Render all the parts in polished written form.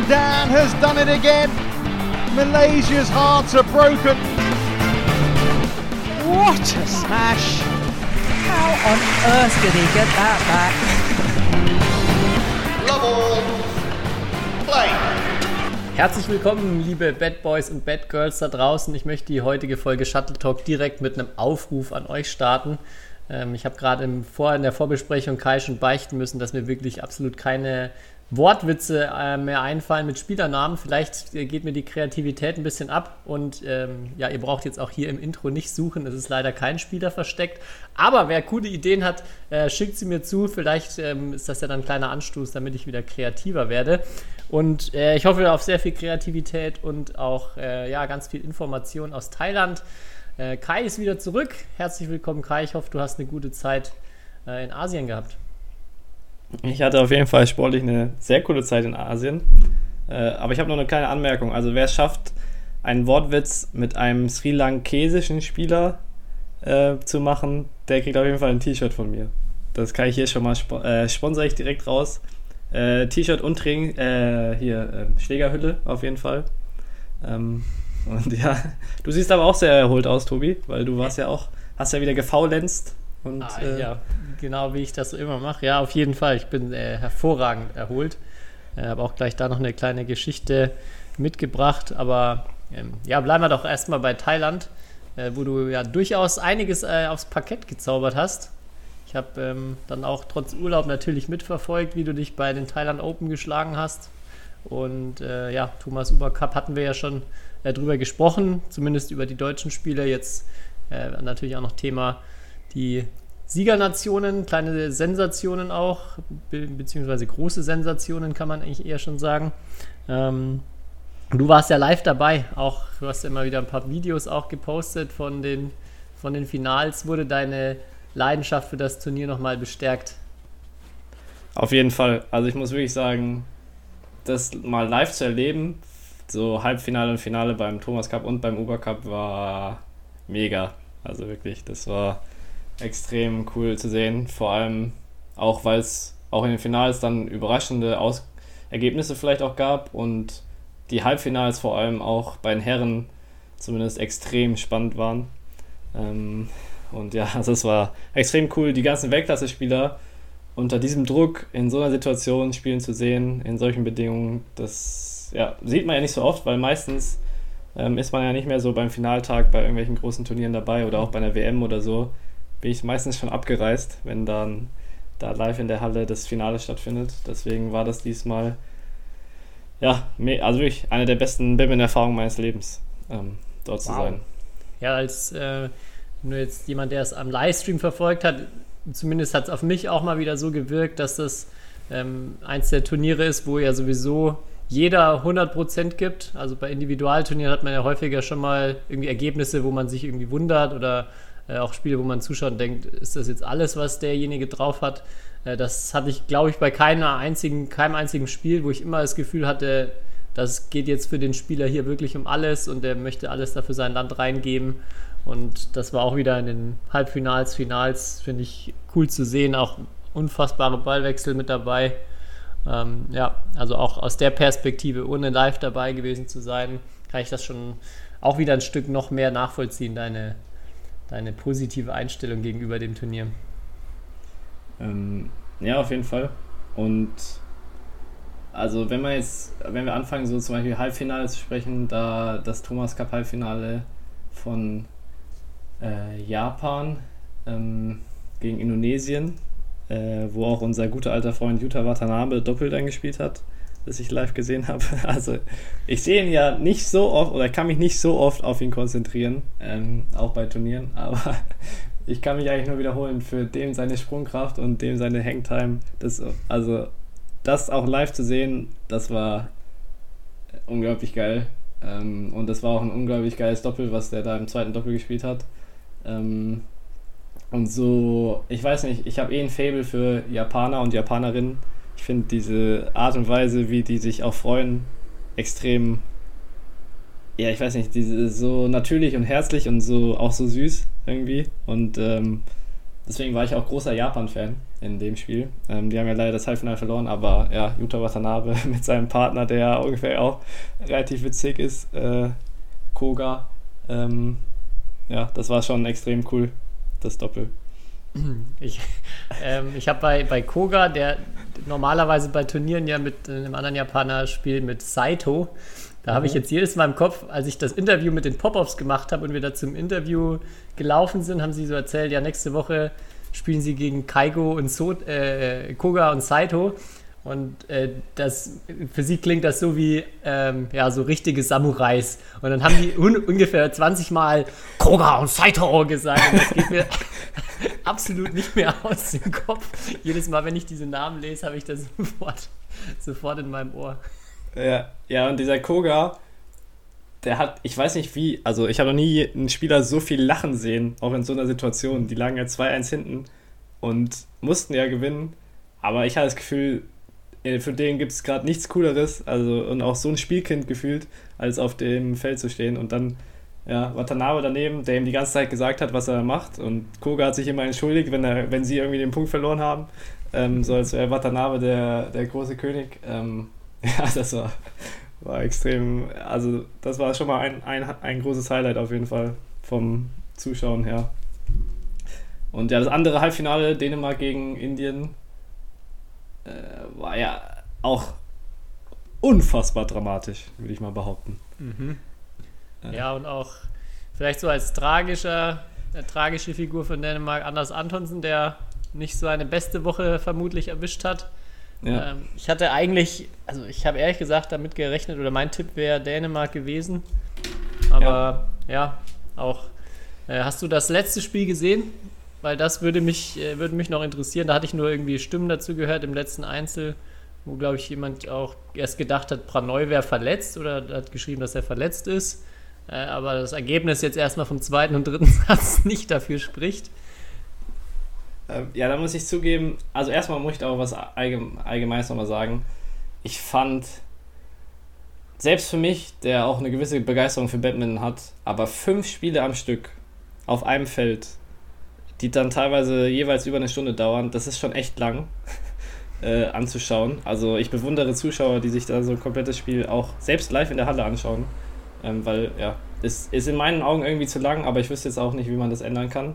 Dan has done it again. Malaysia's hearts are broken. What a smash! How on earth did he get that back? Love all. Play. Herzlich willkommen, liebe Bad Boys und Bad Girls da draußen. Ich möchte die heutige Folge Shuttle Talk direkt mit einem Aufruf an euch starten. Ich habe gerade in der Vorbesprechung Kai schon beichten müssen, dass mir wirklich absolut keine Wortwitze mehr einfallen mit Spielernamen. Vielleicht geht mir die Kreativität ein bisschen ab und ihr braucht jetzt auch hier im Intro nicht suchen. Es ist leider kein Spieler versteckt. Aber wer coole Ideen hat, schickt sie mir zu. Vielleicht ist das ja dann ein kleiner Anstoß, damit ich wieder kreativer werde. Und ich hoffe auf sehr viel Kreativität und auch ganz viel Information aus Thailand. Kai ist wieder zurück. Herzlich willkommen, Kai. Ich hoffe, du hast eine gute Zeit in Asien gehabt. Ich hatte auf jeden Fall sportlich eine sehr coole Zeit in Asien. Aber ich habe noch eine kleine Anmerkung. Also wer es schafft, einen Wortwitz mit einem sri-lankesischen Spieler zu machen, der kriegt auf jeden Fall ein T-Shirt von mir. Das kann ich hier schon mal sponsere ich direkt raus. T-Shirt und Schlägerhülle auf jeden Fall. Und ja, du siehst aber auch sehr erholt aus, Tobi, weil du hast ja wieder gefaulenzt. Und, genau wie ich das so immer mache. Ja, auf jeden Fall. Ich bin hervorragend erholt. Habe auch gleich da noch eine kleine Geschichte mitgebracht. Aber bleiben wir doch erstmal bei Thailand, wo du ja durchaus einiges aufs Parkett gezaubert hast. Ich habe dann auch trotz Urlaub natürlich mitverfolgt, wie du dich bei den Thailand Open geschlagen hast. Und Thomas Uber Cup hatten wir ja schon drüber gesprochen, zumindest über die deutschen Spieler. Jetzt natürlich auch noch Thema die Siegernationen, kleine Sensationen auch, beziehungsweise große Sensationen kann man eigentlich eher schon sagen. Du warst ja live dabei, auch du hast ja immer wieder ein paar Videos auch gepostet von den Finals. Wurde deine Leidenschaft für das Turnier nochmal bestärkt? Auf jeden Fall. Also ich muss wirklich sagen, das mal live zu erleben, so Halbfinale und Finale beim Thomas Cup und beim Uber Cup war mega. Also wirklich, das war extrem cool zu sehen. Vor allem auch, weil es auch in den Finals dann überraschende Ergebnisse vielleicht auch gab und die Halbfinals vor allem auch bei den Herren zumindest extrem spannend waren. Und ja, also es war extrem cool, die ganzen Weltklasse-Spieler unter diesem Druck in so einer Situation spielen zu sehen, in solchen Bedingungen. Das sieht man ja nicht so oft, weil meistens ist man ja nicht mehr so beim Finaltag bei irgendwelchen großen Turnieren dabei oder auch bei einer WM oder so. Bin ich meistens schon abgereist, wenn dann da live in der Halle das Finale stattfindet. Deswegen war das diesmal also wirklich eine der besten Badminton-Erfahrungen meines Lebens, dort zu sein. Ja, als nur jetzt jemand, der es am Livestream verfolgt hat, zumindest hat es auf mich auch mal wieder so gewirkt, dass das eins der Turniere ist, wo ja sowieso jeder 100% gibt. Also bei Individualturnieren hat man ja häufiger schon mal irgendwie Ergebnisse, wo man sich irgendwie wundert oder auch Spiele, wo man zuschaut und denkt, ist das jetzt alles, was derjenige drauf hat? Das hatte ich, glaube ich, bei keinem einzigen Spiel, wo ich immer das Gefühl hatte, das geht jetzt für den Spieler hier wirklich um alles und der möchte alles dafür sein Land reingeben. Und das war auch wieder in den Halbfinals, Finals, finde ich cool zu sehen. Auch unfassbare Ballwechsel mit dabei. Also auch aus der Perspektive, ohne live dabei gewesen zu sein, kann ich das schon auch wieder ein Stück noch mehr nachvollziehen, deine positive Einstellung gegenüber dem Turnier. Ja, auf jeden Fall. Und also wenn wir anfangen, so zum Beispiel Halbfinale zu sprechen, da das Thomas Cup Halbfinale von Japan gegen Indonesien, wo auch unser guter alter Freund Yuta Watanabe doppelt eingespielt hat, das ich live gesehen habe. Also ich sehe ihn ja nicht so oft oder kann mich nicht so oft auf ihn konzentrieren, auch bei Turnieren, aber ich kann mich eigentlich nur wiederholen, für dem seine Sprungkraft und dem seine Hangtime, das auch live zu sehen, das war unglaublich geil. Und das war auch ein unglaublich geiles Doppel, was der da im zweiten Doppel gespielt hat. Und so, ich weiß nicht, ich habe ein Faible für Japaner und Japanerinnen. Ich finde diese Art und Weise, wie die sich auch freuen, extrem, ich weiß nicht, diese so natürlich und herzlich und so auch so süß irgendwie. Und deswegen war ich auch großer Japan-Fan. in dem Spiel. Die haben ja leider das Halbfinale verloren, aber ja, Yuta Watanabe mit seinem Partner, der ja ungefähr auch relativ witzig ist, Koga. Ja, das war schon extrem cool, das Doppel. Ich habe bei Koga, der normalerweise bei Turnieren ja mit einem anderen Japaner spielt, mit Saito, da habe ich jetzt jedes Mal im Kopf, als ich das Interview mit den Pop-Ups gemacht habe und wir da zum Interview gelaufen sind, haben sie so erzählt, ja, nächste Woche spielen sie gegen Kaigo und Koga und Saito. Und für sie klingt das so wie so richtige Samurais. Und dann haben die ungefähr 20 Mal Koga und Saito gesagt. Und das geht mir absolut nicht mehr aus dem Kopf. Jedes Mal, wenn ich diese Namen lese, habe ich das sofort in meinem Ohr. Ja, und dieser Koga, der hat, ich weiß nicht wie, also ich habe noch nie einen Spieler so viel lachen sehen, auch in so einer Situation. Die lagen ja 2-1 hinten und mussten ja gewinnen. Aber ich habe das Gefühl, für den gibt es gerade nichts Cooleres, also und auch so ein Spielkind gefühlt, als auf dem Feld zu stehen. Und dann, ja, Watanabe daneben, der ihm die ganze Zeit gesagt hat, was er macht. Und Koga hat sich immer entschuldigt, wenn sie irgendwie den Punkt verloren haben. So als wäre Watanabe der große König. Ja, das war extrem, also das war schon mal ein großes Highlight auf jeden Fall vom Zuschauen her. Und ja, das andere Halbfinale, Dänemark gegen Indien, war ja auch unfassbar dramatisch, würde ich mal behaupten. Ja, und auch vielleicht so als tragische Figur von Dänemark Anders Antonsen, der nicht so eine beste Woche vermutlich erwischt hat. Ja. Ich hatte eigentlich, also ich habe ehrlich gesagt damit gerechnet, oder mein Tipp wäre Dänemark gewesen. Aber ja auch. Hast du das letzte Spiel gesehen? Weil das würde mich noch interessieren. Da hatte ich nur irgendwie Stimmen dazu gehört im letzten Einzel, wo, glaube ich, jemand auch erst gedacht hat, Prannoy wäre verletzt oder hat geschrieben, dass er verletzt ist. Aber das Ergebnis jetzt erstmal vom zweiten und dritten Satz nicht dafür spricht. Ja, da muss ich zugeben, also erstmal muss ich da auch was Allgemeines nochmal sagen. Ich fand, selbst für mich, der auch eine gewisse Begeisterung für Badminton hat, aber 5 Spiele am Stück auf einem Feld, die dann teilweise jeweils über eine Stunde dauern, das ist schon echt lang anzuschauen. Also ich bewundere Zuschauer, die sich da so ein komplettes Spiel auch selbst live in der Halle anschauen, weil ja, es ist in meinen Augen irgendwie zu lang, aber ich wüsste jetzt auch nicht, wie man das ändern kann.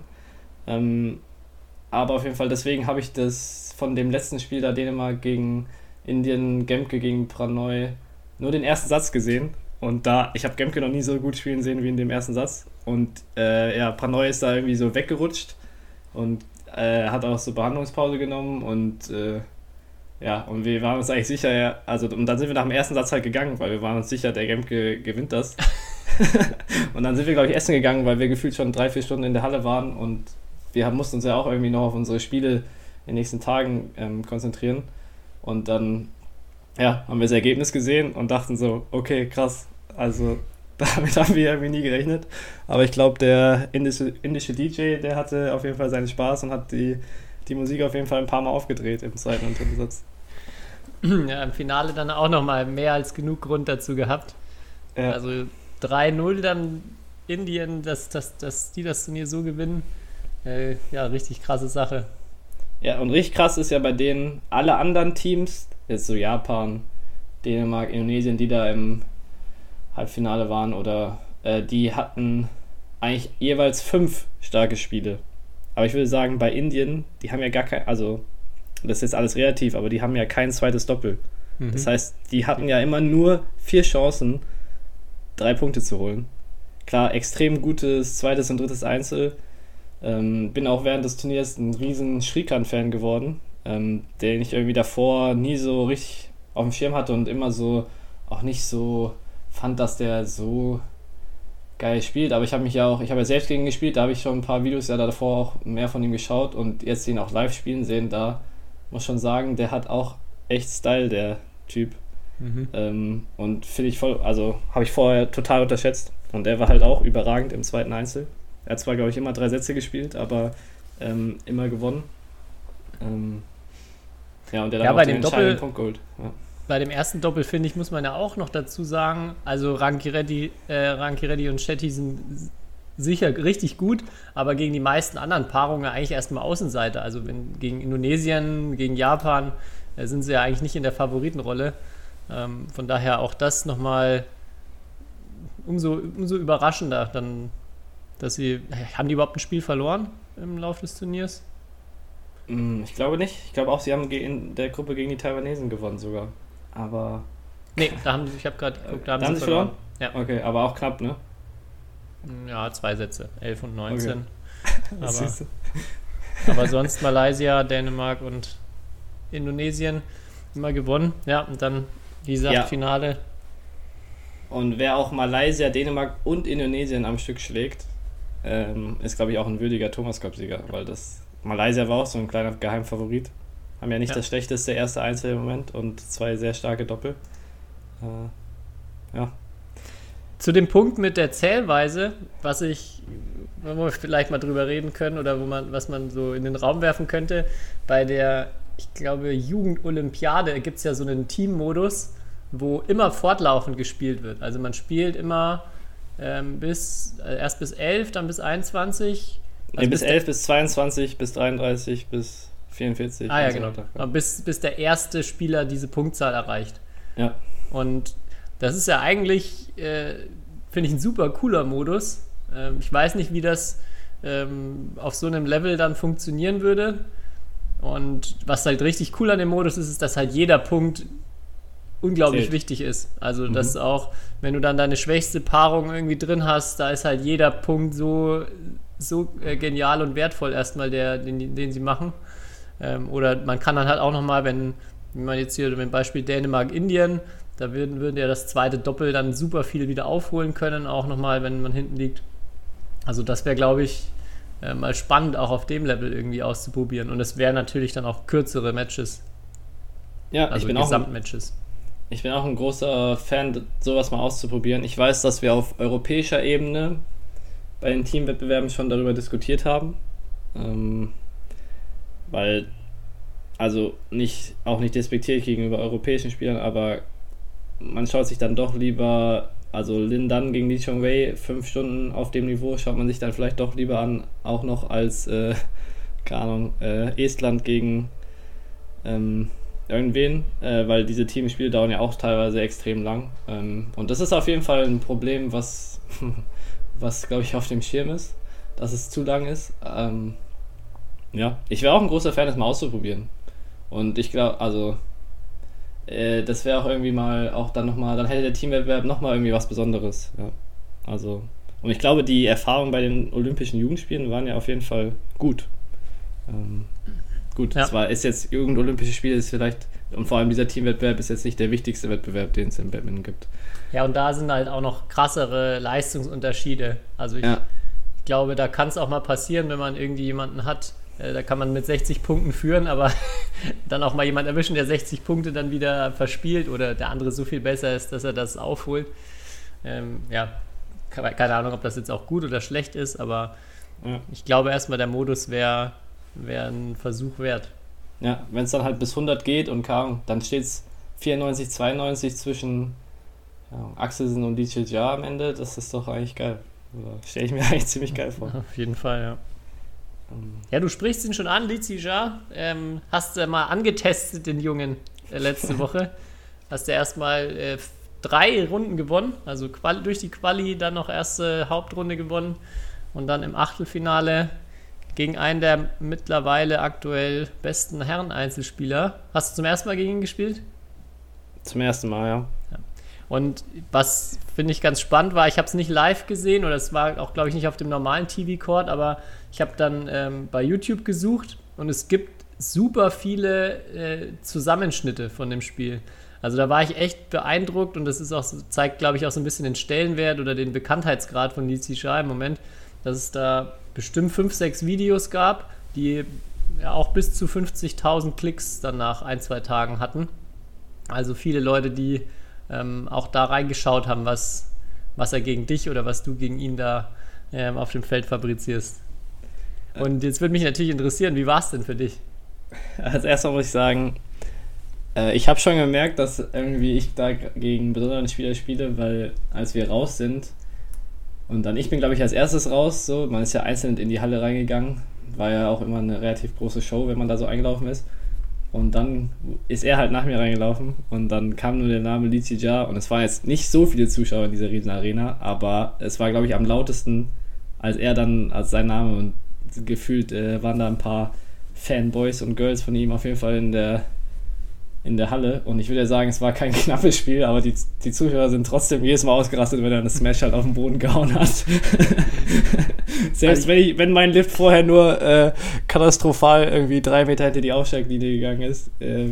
Aber auf jeden Fall, deswegen habe ich das von dem letzten Spiel da Dänemark gegen Indien, Gemke gegen Prannoy, nur den ersten Satz gesehen. Und ich habe Gemke noch nie so gut spielen sehen wie in dem ersten Satz. Und Prannoy ist da irgendwie so weggerutscht und hat auch so Behandlungspause genommen. Und und wir waren uns eigentlich sicher, und dann sind wir nach dem ersten Satz halt gegangen, weil wir waren uns sicher, der Gemke gewinnt das. Und dann sind wir, glaube ich, essen gegangen, weil wir gefühlt schon 3-4 Stunden in der Halle waren und wir mussten uns ja auch irgendwie noch auf unsere Spiele in den nächsten Tagen konzentrieren. Und dann haben wir das Ergebnis gesehen und dachten so, okay, krass, also damit haben wir irgendwie nie gerechnet. Aber ich glaube, der indische DJ, der hatte auf jeden Fall seinen Spaß und hat die Musik auf jeden Fall ein paar Mal aufgedreht im zweiten und dritten Satz. Ja, im Finale dann auch nochmal mehr als genug Grund dazu gehabt. Ja. Also 3-0 dann Indien, dass die das Turnier so gewinnen. Richtig krasse Sache. Ja, und richtig krass ist ja bei denen alle anderen Teams, jetzt so Japan, Dänemark, Indonesien, die da im Halbfinale waren, oder die hatten eigentlich jeweils 5 starke Spiele. Aber ich würde sagen, bei Indien, die haben ja gar kein, also das ist jetzt alles relativ, aber die haben ja kein zweites Doppel. Das heißt, die hatten ja immer nur 4 Chancen, 3 Punkte zu holen. Klar, extrem gutes zweites und drittes Einzel. Bin auch während des Turniers ein riesen Shrikant-Fan geworden, den ich irgendwie davor nie so richtig auf dem Schirm hatte und immer so auch nicht so fand, dass der so geil spielt. Aber ich habe ja selbst gegen ihn gespielt, da habe ich schon ein paar Videos ja davor auch mehr von ihm geschaut und jetzt ihn auch live spielen sehen, da muss schon sagen, der hat auch echt Style, der Typ. Und finde ich voll, also habe ich vorher total unterschätzt und er war halt auch überragend im zweiten Einzel. Er hat zwar, glaube ich, immer 3 Sätze gespielt, aber immer gewonnen. Und der hat auch den entscheidenden Punkt geholt. Ja. Bei dem ersten Doppel, finde ich, muss man ja auch noch dazu sagen, also Rankireddy und Shetty sind sicher richtig gut, aber gegen die meisten anderen Paarungen eigentlich erstmal Außenseiter. Also gegen Indonesien, gegen Japan sind sie ja eigentlich nicht in der Favoritenrolle. Von daher auch das nochmal umso überraschender, dann, dass haben die überhaupt ein Spiel verloren im Laufe des Turniers? Ich glaube nicht. Ich glaube auch, sie haben in der Gruppe gegen die Taiwanesen gewonnen sogar. Aber... Nee, ich habe gerade geguckt, da haben sie verloren? Ja. Okay, aber auch knapp, ne? Ja, 2 Sätze, 11 und 19. Okay. Aber sonst Malaysia, Dänemark und Indonesien immer gewonnen. Ja, und dann, wie gesagt, Finale. Und wer auch Malaysia, Dänemark und Indonesien am Stück schlägt, ist, glaube ich, auch ein würdiger Thomas Cup-Sieger, weil Malaysia war auch so ein kleiner Geheimfavorit. Haben ja nicht das schlechteste erste Einzel im Moment und 2 sehr starke Doppel. Zu dem Punkt mit der Zählweise, wo wir vielleicht mal drüber reden können oder was man so in den Raum werfen könnte, bei der, ich glaube, Jugendolympiade gibt es ja so einen Teammodus, wo immer fortlaufend gespielt wird. Also man spielt immer erst bis 11, dann bis 21. Also bis 11, bis 22, bis 33, bis 44. Ja, genau. Ja. Bis der erste Spieler diese Punktzahl erreicht. Ja. Und das ist ja eigentlich, finde ich, ein super cooler Modus. Ich weiß nicht, wie das auf so einem Level dann funktionieren würde. Und was halt richtig cool an dem Modus ist, dass halt jeder Punkt unglaublich wichtig ist. Also, dass auch, wenn du dann deine schwächste Paarung irgendwie drin hast, da ist halt jeder Punkt so genial und wertvoll erstmal, den sie machen. Oder man kann dann halt auch nochmal, wenn man jetzt hier mit dem Beispiel Dänemark-Indien, da würden ja das zweite Doppel dann super viel wieder aufholen können, auch nochmal, wenn man hinten liegt. Also das wäre, glaube ich, mal spannend, auch auf dem Level irgendwie auszuprobieren. Und es wären natürlich dann auch kürzere Matches. Ja, also Gesamtmatches. Ich bin auch ein großer Fan, sowas mal auszuprobieren. Ich weiß, dass wir auf europäischer Ebene bei den Teamwettbewerben schon darüber diskutiert haben. Weil, also auch nicht despektierlich gegenüber europäischen Spielern, aber man schaut sich dann doch lieber, also Lin Dan gegen Lee Chong-wei, 5 Stunden auf dem Niveau, schaut man sich dann vielleicht doch lieber an, auch noch als, Estland gegen irgendwen, weil diese Teamspiele dauern ja auch teilweise extrem lang. Und das ist auf jeden Fall ein Problem, was glaube ich auf dem Schirm ist, dass es zu lang ist. Ich wäre auch ein großer Fan, das mal auszuprobieren. Und ich glaube, also das wäre auch irgendwie mal, dann hätte der Teamwettbewerb nochmal irgendwie was Besonderes. Ja. Also, und ich glaube, die Erfahrungen bei den Olympischen Jugendspielen waren ja auf jeden Fall gut. Zwar ist jetzt Jugendolympische Spiele ist vielleicht, und vor allem dieser Teamwettbewerb ist jetzt nicht der wichtigste Wettbewerb, den es im Badminton gibt. Ja, und da sind halt auch noch krassere Leistungsunterschiede. Also ich glaube, da kann es auch mal passieren, wenn man irgendwie jemanden hat, da kann man mit 60 Punkten führen, aber dann auch mal jemand erwischen, der 60 Punkte dann wieder verspielt oder der andere so viel besser ist, dass er das aufholt. Keine Ahnung, ob das jetzt auch gut oder schlecht ist, aber ich glaube erstmal, der Modus wäre ein Versuch wert. Ja, wenn es dann halt bis 100 geht und dann steht es 94, 92 zwischen Axelsen und Li Qijia am Ende, das ist doch eigentlich geil. Stelle ich mir eigentlich ziemlich geil vor. Auf jeden Fall, ja. Ja, du sprichst ihn schon an, Li Qijia. Hast du mal angetestet, den Jungen, letzte Woche. Hast du erstmal 3 Runden gewonnen, also durch die Quali dann noch erste Hauptrunde gewonnen und dann im Achtelfinale gegen einen der mittlerweile aktuell besten Herren-Einzelspieler. Hast du zum ersten Mal gegen ihn gespielt? Zum ersten Mal, ja. Und was, finde ich, ganz spannend war, ich habe es nicht live gesehen oder es war auch, glaube ich, nicht auf dem normalen TV-Court, aber ich habe dann bei YouTube gesucht und es gibt super viele Zusammenschnitte von dem Spiel. Also da war ich echt beeindruckt und das ist auch zeigt, glaube ich, auch so ein bisschen den Stellenwert oder den Bekanntheitsgrad von Li Qijia im Moment, dass es da bestimmt 5, 6 Videos gab, die ja auch bis zu 50.000 Klicks dann nach 1-2 Tagen hatten. Also viele Leute, die auch da reingeschaut haben, was er gegen dich oder was du gegen ihn da auf dem Feld fabrizierst. Und jetzt würde mich natürlich interessieren, wie war es denn für dich? Als erstes muss ich sagen, ich habe schon gemerkt, dass irgendwie ich da gegen besondere Spieler spiele, weil als wir raus sind, Und dann, ich bin, glaube ich, als erstes raus, so, man ist ja einzeln in die Halle reingegangen, war ja auch immer eine relativ große Show, wenn man da so eingelaufen ist. Und dann ist er halt nach mir reingelaufen und dann kam nur der Name Li Qijia und es waren jetzt nicht so viele Zuschauer in dieser riesen Arena, aber es war, glaube ich, am lautesten als sein Name und gefühlt waren da ein paar Fanboys und Girls von ihm auf jeden Fall in der Halle und ich würde ja sagen, es war kein knappes Spiel, aber die Zuschauer sind trotzdem jedes Mal ausgerastet, wenn er eine Smash halt auf den Boden gehauen hat. Selbst wenn mein Lift vorher nur katastrophal irgendwie 3 Meter hinter die Aufsteiglinie gegangen ist,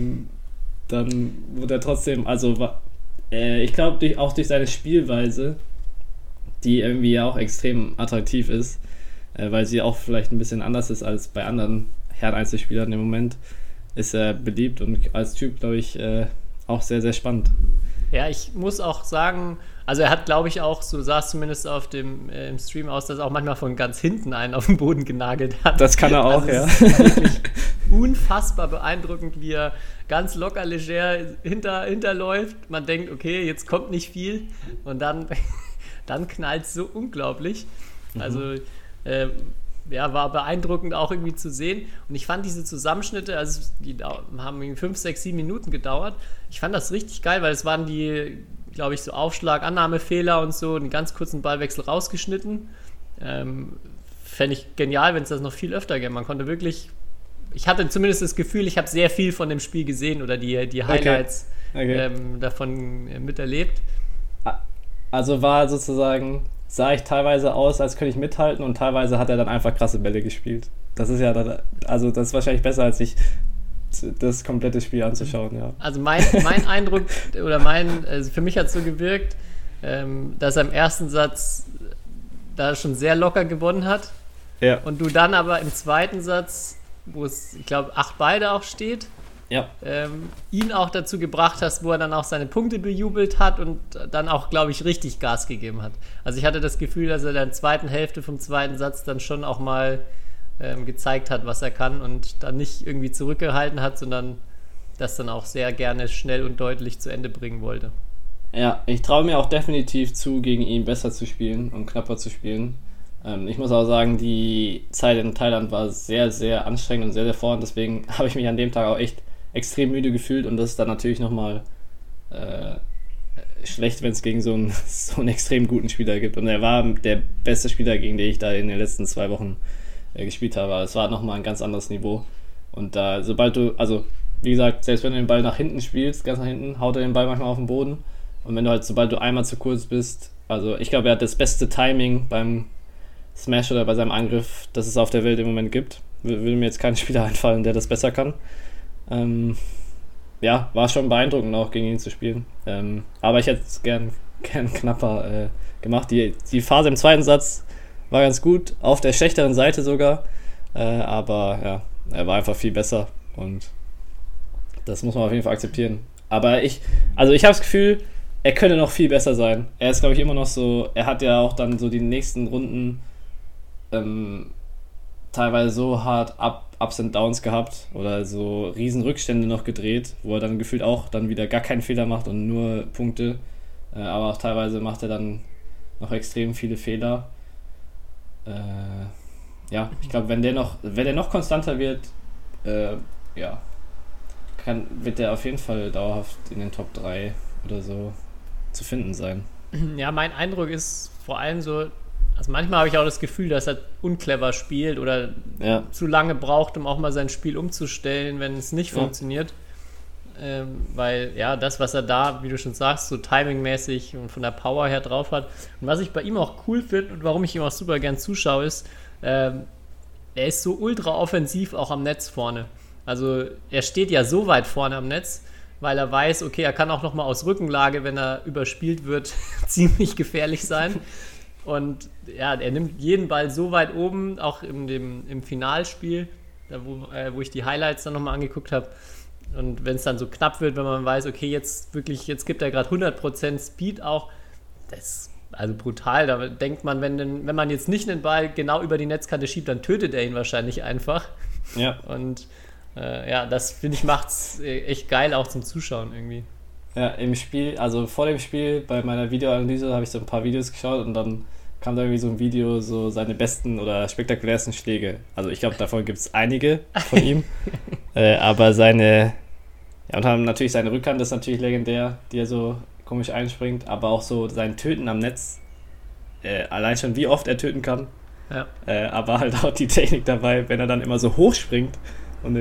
dann wurde er trotzdem, ich glaube auch durch seine Spielweise, die irgendwie ja auch extrem attraktiv ist, weil sie auch vielleicht ein bisschen anders ist als bei anderen Herren-Einzelspielern im Moment, ist er beliebt und als Typ, glaube ich, auch sehr, sehr spannend. Ja, ich muss auch sagen, also er hat, glaube ich, auch, so sah es zumindest auf dem im Stream aus, dass er auch manchmal von ganz hinten einen auf den Boden genagelt hat. Das kann er auch, ja. Es ist wirklich unfassbar beeindruckend, wie er ganz locker, leger hinterläuft. Man denkt, okay, jetzt kommt nicht viel und dann knallt es so unglaublich. Also, war beeindruckend auch irgendwie zu sehen. Und ich fand diese Zusammenschnitte, also die haben 5, 6, 7 Minuten gedauert. Ich fand das richtig geil, weil es waren die, glaube ich, so Aufschlag, Annahmefehler und so, einen ganz kurzen Ballwechsel rausgeschnitten. Fände ich genial, wenn es das noch viel öfter gäbe. Man konnte wirklich, ich hatte zumindest das Gefühl, ich habe sehr viel von dem Spiel gesehen oder die Highlights davon miterlebt. Also sah ich teilweise aus, als könnte ich mithalten und teilweise hat er dann einfach krasse Bälle gespielt. Das ist ja, das ist wahrscheinlich besser, als sich das komplette Spiel anzuschauen, ja. Also mein Eindruck, oder also für mich hat es so gewirkt, dass er im ersten Satz da schon sehr locker gewonnen hat. Ja. Und du dann aber im zweiten Satz, wo es, ich glaube, 8-8 auch steht, ja. Ihn auch dazu gebracht hast, wo er dann auch seine Punkte bejubelt hat und dann auch, glaube ich, richtig Gas gegeben hat. Also ich hatte das Gefühl, dass er in der zweiten Hälfte vom zweiten Satz dann schon auch mal gezeigt hat, was er kann und dann nicht irgendwie zurückgehalten hat, sondern das dann auch sehr gerne schnell und deutlich zu Ende bringen wollte. Ja, ich traue mir auch definitiv zu, gegen ihn besser zu spielen und knapper zu spielen. Ich muss auch sagen, die Zeit in Thailand war sehr, sehr anstrengend und sehr, sehr fordernd, deswegen habe ich mich an dem Tag auch echt extrem müde gefühlt und das ist dann natürlich nochmal schlecht, wenn es gegen so einen extrem guten Spieler gibt. Und er war der beste Spieler, gegen den ich da in den letzten 2 Wochen gespielt habe. Es war nochmal ein ganz anderes Niveau. Und da, sobald du, also wie gesagt, selbst wenn du den Ball nach hinten spielst, ganz nach hinten, haut er den Ball manchmal auf den Boden. Und wenn du halt, sobald du einmal zu kurz bist, also ich glaube, er hat das beste Timing beim Smash oder bei seinem Angriff, das es auf der Welt im Moment gibt. Würde mir jetzt kein Spieler einfallen, der das besser kann. War schon beeindruckend auch gegen ihn zu spielen. Aber ich hätte es gern knapper gemacht. Die Phase im zweiten Satz war ganz gut, auf der schlechteren Seite sogar. Aber ja, er war einfach viel besser und das muss man auf jeden Fall akzeptieren. Aber ich habe das Gefühl, er könnte noch viel besser sein. Er ist, glaube ich, immer noch so, er hat ja auch dann so die nächsten Runden teilweise so hart Ups und Downs gehabt oder so riesen Rückstände noch gedreht, wo er dann gefühlt auch dann wieder gar keinen Fehler macht und nur Punkte. Aber auch teilweise macht er dann noch extrem viele Fehler. Ich glaube, wenn der noch konstanter wird, wird der auf jeden Fall dauerhaft in den Top 3 oder so zu finden sein. Ja, mein Eindruck ist vor allem so, also manchmal habe ich auch das Gefühl, dass er unclever spielt oder zu lange braucht, um auch mal sein Spiel umzustellen, wenn es nicht funktioniert. Weil, ja, das, was er da, wie du schon sagst, so timingmäßig und von der Power her drauf hat. Und was ich bei ihm auch cool finde und warum ich ihm auch super gern zuschaue, ist, er ist so ultra offensiv auch am Netz vorne. Also er steht ja so weit vorne am Netz, weil er weiß, okay, er kann auch nochmal aus Rückenlage, wenn er überspielt wird, ziemlich gefährlich sein. Und ja, er nimmt jeden Ball so weit oben, auch im Finalspiel, da wo ich die Highlights dann nochmal angeguckt habe. Und wenn es dann so knapp wird, wenn man weiß, okay, jetzt gibt er gerade 100% Speed auch, das ist also brutal. Da denkt man, wenn man jetzt nicht den Ball genau über die Netzkante schiebt, dann tötet er ihn wahrscheinlich einfach. Ja. Und das finde ich macht's echt geil auch zum Zuschauen irgendwie. Ja, im Spiel, also vor dem Spiel, bei meiner Videoanalyse habe ich so ein paar Videos geschaut und dann kam da irgendwie so ein Video, so seine besten oder spektakulärsten Schläge. Also ich glaube, davon gibt es einige von ihm. Aber seine, ja, und haben natürlich seine Rückhand, das ist natürlich legendär, die er so komisch einspringt, aber auch so sein Töten am Netz, allein schon wie oft er töten kann, Ja. aber halt auch die Technik dabei, wenn er dann immer so hoch springt und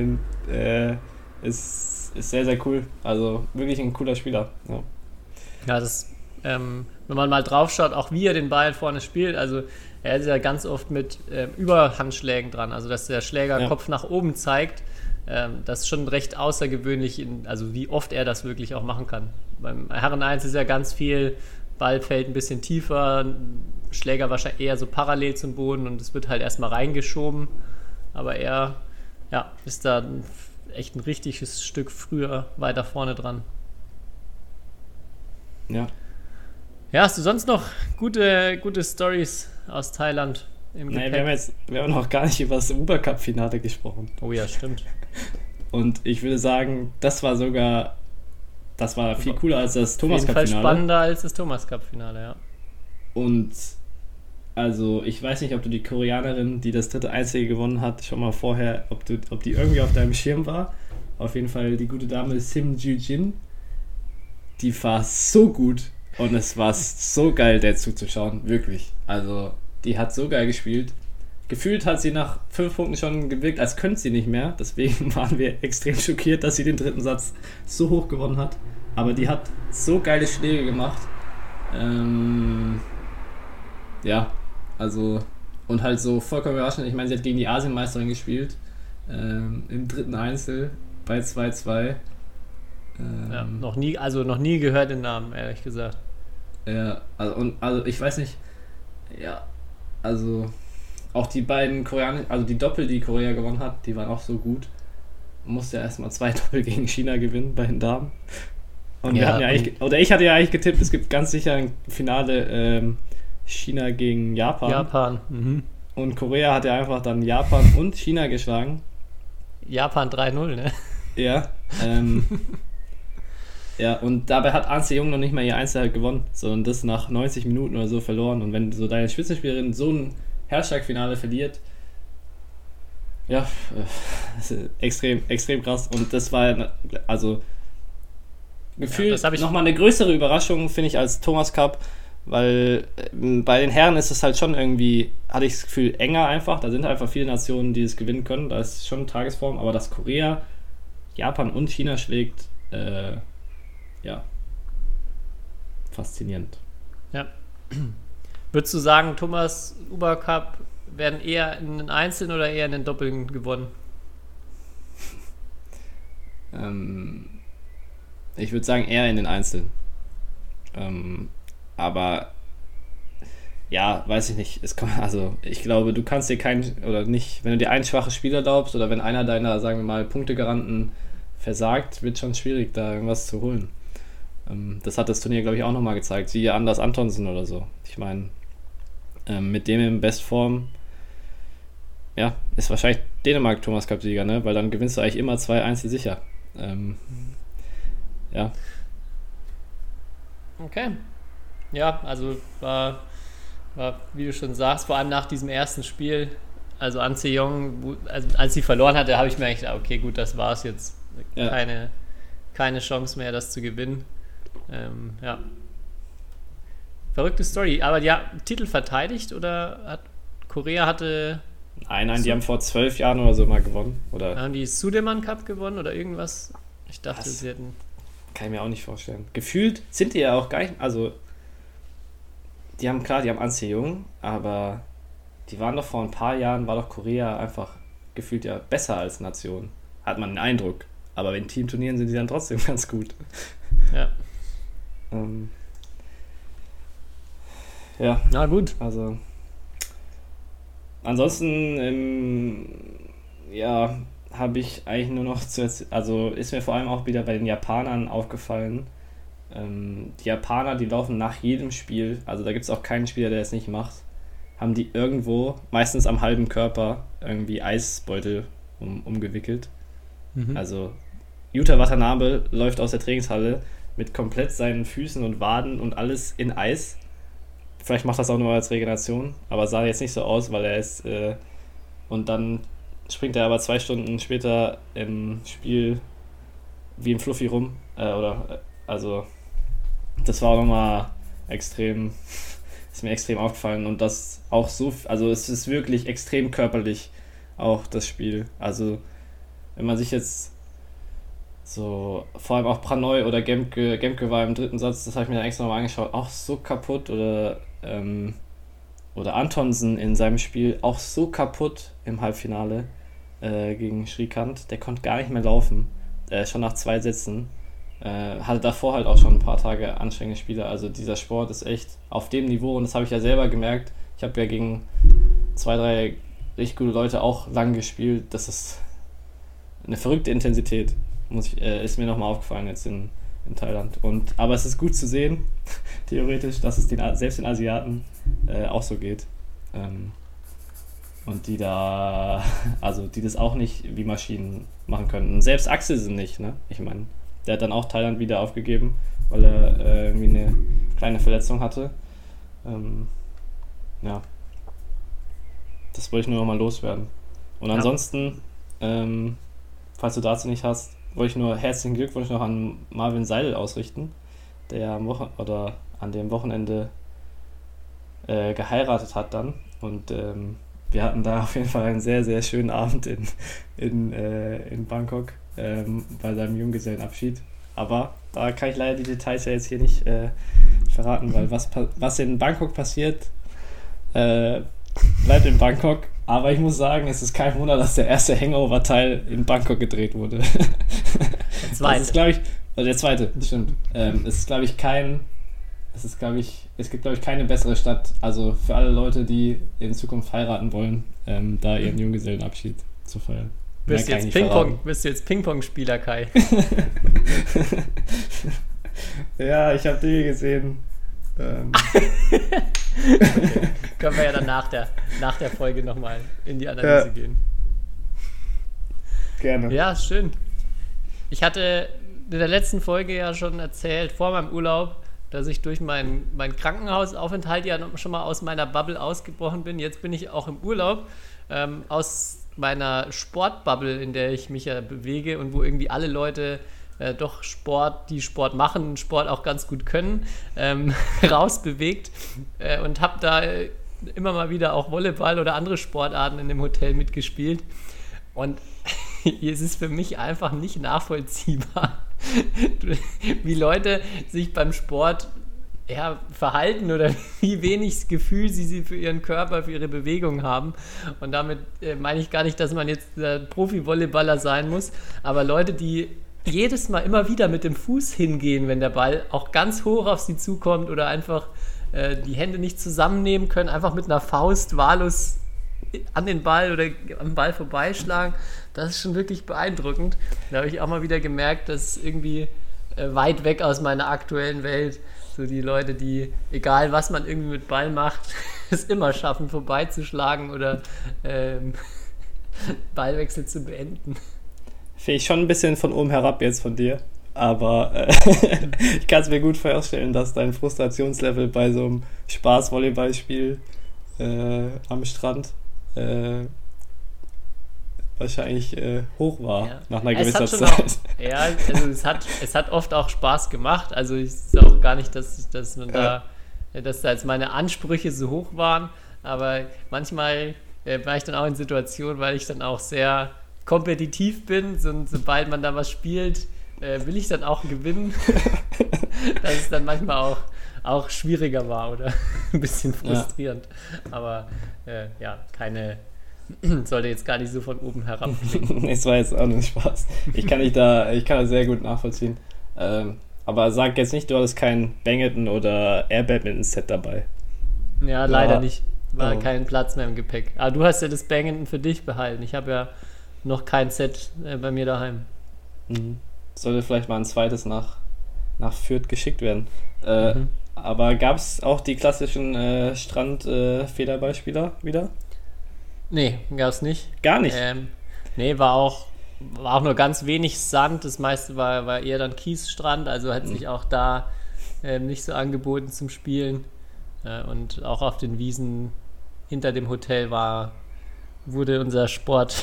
ist sehr, sehr cool. Also wirklich ein cooler Spieler. Ja. Ja, das, wenn man mal drauf schaut, auch wie er den Ball vorne spielt, also er ist ja ganz oft mit Überhandschlägen dran, also dass der Schläger Kopf nach oben zeigt, das ist schon recht außergewöhnlich, also wie oft er das wirklich auch machen kann. Beim Herren 1 ist ja ganz viel, Ball fällt ein bisschen tiefer, Schläger wahrscheinlich eher so parallel zum Boden und es wird halt erstmal reingeschoben, aber er ist da echt ein richtiges Stück früher weiter vorne dran. Ja. Ja, hast du sonst noch gute Stories aus Thailand im Nee, Gepäck? wir haben noch gar nicht über das Uber Cup Finale gesprochen. Oh ja, stimmt. Und ich würde sagen, das war viel cooler als das Auf Thomas jeden Cup Fall Finale. spannender als das Thomas Cup Finale, ja. Und also ich weiß nicht, ob du die Koreanerin, die das dritte Einzel gewonnen hat, schon mal vorher, ob die irgendwie auf deinem Schirm war. Auf jeden Fall die gute Dame Sim Joo-jin. Die war so gut und es war so geil, der zuzuschauen, wirklich. Also die hat so geil gespielt. Gefühlt hat sie nach 5 Punkten schon gewirkt, als könnte sie nicht mehr. Deswegen waren wir extrem schockiert, dass sie den dritten Satz so hoch gewonnen hat. Aber die hat so geile Schläge gemacht. Ja, also und halt so vollkommen überraschend. Ich meine, sie hat gegen die Asienmeisterin gespielt. Im dritten Einzel bei 2-2. Ja, noch nie gehört den Namen, ehrlich gesagt. Ja, also ich weiß nicht, ja, also auch die beiden Koreaner, also die Doppel, die Korea gewonnen hat, die waren auch so gut. Man musste ja erstmal 2 Doppel gegen China gewinnen bei den Damen. Und wir hatten ich hatte ja eigentlich getippt, es gibt ganz sicher ein Finale China gegen Japan. Japan. Mhm. Und Korea hat ja einfach dann Japan und China geschlagen. Japan 3-0, ne? Ja, ja, und dabei hat An Se-young noch nicht mal ihr Einzel halt gewonnen, sondern das nach 90 Minuten oder so verloren. Und wenn so deine Spitzenspielerin so ein Herzschlagfinale verliert, ja, das ist extrem, extrem krass. Und das war also gefühlt nochmal eine größere Überraschung, finde ich, als Thomas Cup, weil bei den Herren ist es halt schon irgendwie, hatte ich das Gefühl, enger einfach. Da sind einfach viele Nationen, die es gewinnen können. Da ist schon Tagesform, aber dass Korea, Japan und China schlägt, ja, faszinierend. Ja. Würdest du sagen, Thomas, Uber Cup werden eher in den Einzeln oder eher in den Doppeln gewonnen? Ich würde sagen, eher in den Einzeln. Aber ja, weiß ich nicht. Also ich glaube, du kannst dir oder nicht, wenn du dir ein schwaches Spiel erlaubst oder wenn einer deiner, sagen wir mal, Punktegaranten versagt, wird schon schwierig, da irgendwas zu holen. Das hat das Turnier, glaube ich, auch nochmal gezeigt. Siehe Anders Antonsen oder so. Ich meine, mit dem in Bestform, ja, ist wahrscheinlich Dänemark Thomas Cup-Sieger, ne? Weil dann gewinnst du eigentlich immer 2 Einzel sicher. Ja. Okay. Ja, also war, wie du schon sagst, vor allem nach diesem ersten Spiel, also An Se-young, als sie verloren hatte, habe ich mir eigentlich gedacht, okay, gut, das war's jetzt. Ja. Keine Chance mehr, das zu gewinnen. Ja. Verrückte Story. Aber ja, Titel verteidigt oder hat Korea hatte... Nein, die haben vor 12 Jahren oder so mal gewonnen. Oder Haben die Sudirman Cup gewonnen oder irgendwas? Ich dachte, Was? sie hätten... kann ich mir auch nicht vorstellen. Gefühlt sind die ja auch gar nicht, also die haben An Se-young, aber die waren doch vor ein paar Jahren, war doch Korea einfach gefühlt ja besser als Nation. Hat man den Eindruck. Aber in Teamturnieren sind die dann trotzdem ganz gut. Ja. Ja, Na gut. also ansonsten ja, habe ich eigentlich nur noch also ist mir vor allem auch wieder bei den Japanern aufgefallen. Die Japaner, die laufen nach jedem Spiel, also da gibt es auch keinen Spieler, der es nicht macht, haben die irgendwo, meistens am halben Körper, irgendwie Eisbeutel umgewickelt. Mhm. Also Yuta Watanabe läuft aus der Trainingshalle mit komplett seinen Füßen und Waden und alles in Eis vielleicht macht das auch nur als Regeneration, aber sah jetzt nicht so aus, weil er ist, und dann springt er aber 2 Stunden später im Spiel wie ein Fluffy rum, also das war auch nochmal extrem, ist mir extrem aufgefallen und das auch so, also es ist wirklich extrem körperlich auch das Spiel, also wenn man sich jetzt so, vor allem auch Pranoy oder Gemke war im 3. Satz, das habe ich mir dann extra nochmal angeschaut, auch so kaputt oder Antonsen in seinem Spiel auch so kaputt im Halbfinale gegen Shrikant, der konnte gar nicht mehr laufen, schon nach 2 Sätzen, hatte davor halt auch schon ein paar Tage anstrengende Spiele, also dieser Sport ist echt auf dem Niveau und das habe ich ja selber gemerkt, ich habe ja gegen 2, 3 richtig gute Leute auch lang gespielt, das ist eine verrückte Intensität, ist mir nochmal aufgefallen jetzt in Thailand. Aber es ist gut zu sehen, theoretisch, dass es selbst den Asiaten auch so geht. Und die das auch nicht wie Maschinen machen können. Und selbst Axelsen nicht, ne? Ich meine, der hat dann auch Thailand wieder aufgegeben, weil er irgendwie eine kleine Verletzung hatte. Ja. Das wollte ich nur nochmal loswerden. Und ansonsten, falls du dazu nicht hast, wollte ich nur herzlichen Glückwunsch noch an Marvin Seidel ausrichten, der an dem Wochenende geheiratet hat dann. Und wir hatten da auf jeden Fall einen sehr, sehr schönen Abend in Bangkok bei seinem Junggesellenabschied. Aber da kann ich leider die Details ja jetzt hier nicht verraten, weil was in Bangkok passiert, bleibt in Bangkok. Aber ich muss sagen, es ist kein Wunder, dass der erste Hangover-Teil in Bangkok gedreht wurde. Der zweite. Das ist, glaube ich, der zweite, stimmt. Es gibt, glaube ich, keine bessere Stadt, also für alle Leute, die in Zukunft heiraten wollen, da ihren Junggesellenabschied zu feiern. Bist du jetzt Ping-Pong-Spieler, Kai? Ja, ich habe die gesehen. Okay. Können wir ja dann nach der Folge nochmal in die Analyse gehen. Gerne. Ja, schön. Ich hatte in der letzten Folge ja schon erzählt, vor meinem Urlaub, dass ich durch mein Krankenhausaufenthalt ja schon mal aus meiner Bubble ausgebrochen bin. Jetzt bin ich auch im Urlaub, aus meiner Sportbubble, in der ich mich ja bewege und wo irgendwie alle Leute doch die Sport machen, Sport auch ganz gut können, rausbewegt und habe da immer mal wieder auch Volleyball oder andere Sportarten in dem Hotel mitgespielt. Und es ist für mich einfach nicht nachvollziehbar, wie Leute sich beim Sport verhalten oder wie wenig Gefühl sie für ihren Körper, für ihre Bewegung haben. Und damit meine ich gar nicht, dass man jetzt Profi-Volleyballer sein muss, aber Leute, die jedes Mal immer wieder mit dem Fuß hingehen, wenn der Ball auch ganz hoch auf sie zukommt oder einfach die Hände nicht zusammennehmen können, einfach mit einer Faust wahllos an den Ball oder am Ball vorbeischlagen, das ist schon wirklich beeindruckend. Da habe ich auch mal wieder gemerkt, dass irgendwie weit weg aus meiner aktuellen Welt so die Leute, die, egal was man irgendwie mit Ball macht, es immer schaffen, vorbeizuschlagen oder Ballwechsel zu beenden. Finde ich schon ein bisschen von oben herab jetzt von dir, aber ich kann es mir gut vorstellen, dass dein Frustrationslevel bei so einem Spaß-Volleyballspiel am Strand wahrscheinlich hoch war, nach einer gewissen Zeit. Es hat oft auch Spaß gemacht, also ich sage auch gar nicht, dass da jetzt meine Ansprüche so hoch waren, aber manchmal war ich dann auch in Situationen, weil ich dann auch sehr kompetitiv bin, sobald man da was spielt, will ich dann auch gewinnen, dass es dann manchmal auch schwieriger war oder ein bisschen frustrierend. Ja. Aber sollte jetzt gar nicht so von oben herab klingen. Es war jetzt auch nur Spaß. Ich kann das sehr gut nachvollziehen. Aber sag jetzt nicht, du hattest kein Bangleton oder Air-Badminton-Set dabei. Ja, leider nicht. War kein Platz mehr im Gepäck. Aber du hast ja das Bangleton für dich behalten. Ich habe ja noch kein Set bei mir daheim. Sollte vielleicht mal ein zweites nach Fürth geschickt werden. Aber gab es auch die klassischen Strand-Federballspieler wieder? Nee, gab es nicht. Gar nicht? Nee, war auch nur ganz wenig Sand. Das meiste war eher dann Kiesstrand, also hat sich auch da nicht so angeboten zum Spielen. Und auch auf den Wiesen hinter dem Hotel wurde unser Sport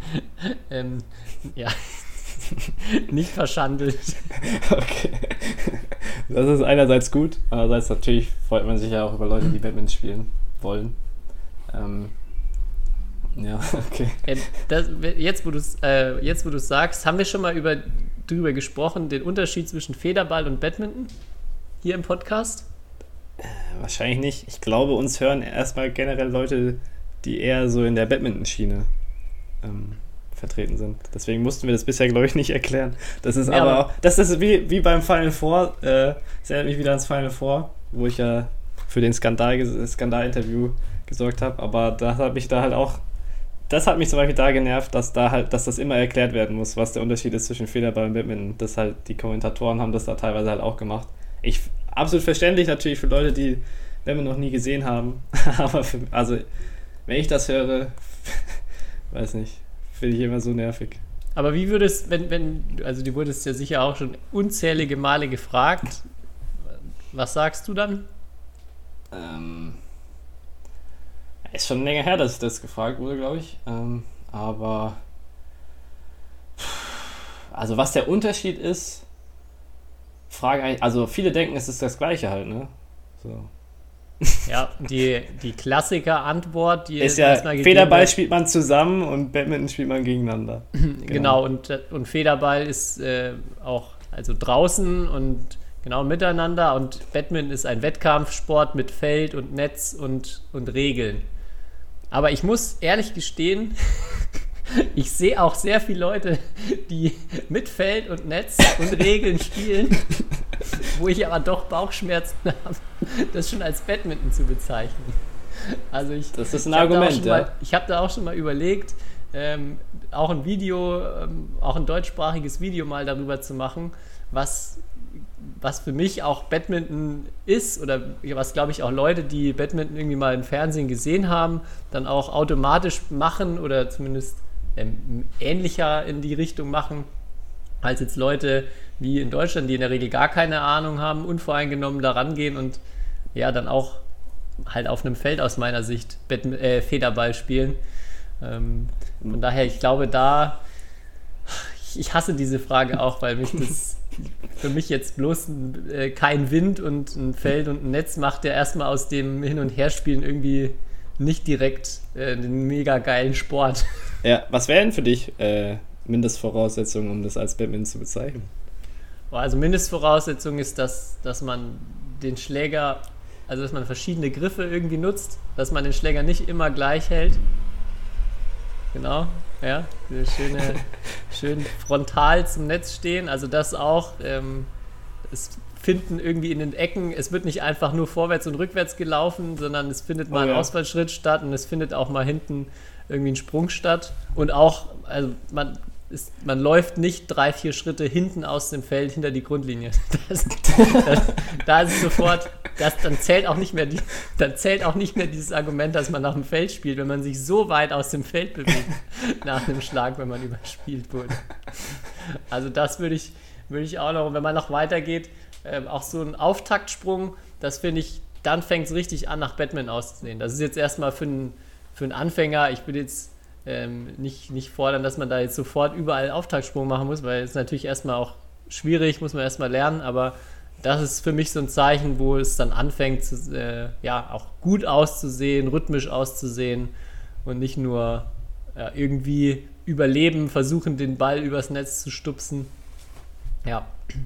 nicht verschandelt. Okay. Das ist einerseits gut, andererseits natürlich freut man sich ja auch über Leute, die Badminton spielen wollen. Ja, okay. Jetzt, wo du es sagst, haben wir schon mal drüber gesprochen, den Unterschied zwischen Federball und Badminton hier im Podcast? Wahrscheinlich nicht. Ich glaube, uns hören erstmal generell Leute, die eher so in der Badminton-Schiene vertreten sind. Deswegen mussten wir das bisher, glaube ich, nicht erklären. Das ist das ist wie beim Final Four. Das erinnert mich wieder ans Final Four, wo ich ja für den Skandal-Interview gesorgt habe. Aber das hat mich zum Beispiel da genervt, dass das immer erklärt werden muss, was der Unterschied ist zwischen Federball und Badminton. Das halt, die Kommentatoren haben das da teilweise halt auch gemacht. Absolut verständlich natürlich für Leute, die Badminton noch nie gesehen haben. Aber wenn ich das höre, weiß nicht, finde ich immer so nervig. Aber wie würdest, also du wurdest ja sicher auch schon unzählige Male gefragt, was sagst du dann? Ist schon länger her, dass ich das gefragt wurde, glaube ich. Aber also was der Unterschied ist, also viele denken, es ist das Gleiche halt, ne? So. Ja, die Klassiker-Antwort, die ist ja, Federball spielt man zusammen und Badminton spielt man gegeneinander. Genau, und Federball ist auch also draußen und genau miteinander und Badminton ist ein Wettkampfsport mit Feld und Netz und Regeln. Aber ich muss ehrlich gestehen, ich sehe auch sehr viele Leute, die mit Feld und Netz und Regeln spielen, wo ich aber doch Bauchschmerzen habe, das schon als Badminton zu bezeichnen. Also das ist ein Argument, ja. Ich habe da auch schon mal überlegt, auch ein Video, auch ein deutschsprachiges Video mal darüber zu machen, was für mich auch Badminton ist oder was, glaube ich, auch Leute, die Badminton irgendwie mal im Fernsehen gesehen haben, dann auch automatisch machen oder zumindest ähnlicher in die Richtung machen, als jetzt Leute wie in Deutschland, die in der Regel gar keine Ahnung haben, unvoreingenommen da rangehen und ja, dann auch halt auf einem Feld aus meiner Sicht Federball spielen. Von daher, ich glaube, ich hasse diese Frage auch, weil mich das für mich jetzt bloß kein Wind und ein Feld und ein Netz macht, der erstmal aus dem Hin- und Herspielen irgendwie nicht direkt den mega geilen Sport. Ja, was wären für dich Mindestvoraussetzungen, um das als Badminton zu bezeichnen? Also Mindestvoraussetzung ist, dass man den Schläger, also dass man verschiedene Griffe irgendwie nutzt, dass man den Schläger nicht immer gleich hält. Genau, ja, schön frontal zum Netz stehen, also das auch, es finden irgendwie in den Ecken, es wird nicht einfach nur vorwärts und rückwärts gelaufen, sondern es findet mal ein Ausfallschritt statt und es findet auch mal hinten irgendwie ein Sprung statt und auch, also man läuft nicht 3-4 Schritte hinten aus dem Feld hinter die Grundlinie. Da ist es sofort, dann zählt auch nicht mehr dieses Argument, dass man nach dem Feld spielt, wenn man sich so weit aus dem Feld bewegt nach einem Schlag, wenn man überspielt wurde. Also das würde ich auch noch, und wenn man noch weitergeht, auch so ein Auftaktsprung, das finde ich, dann fängt es richtig an, nach Badminton auszusehen. Das ist jetzt erstmal für einen Anfänger, ich würde jetzt nicht fordern, dass man da jetzt sofort überall Auftaktsprung machen muss, weil es natürlich erstmal auch schwierig, muss man erstmal lernen, aber das ist für mich so ein Zeichen, wo es dann anfängt, auch gut auszusehen, rhythmisch auszusehen und nicht nur irgendwie überleben, versuchen, den Ball übers Netz zu stupsen. Ja.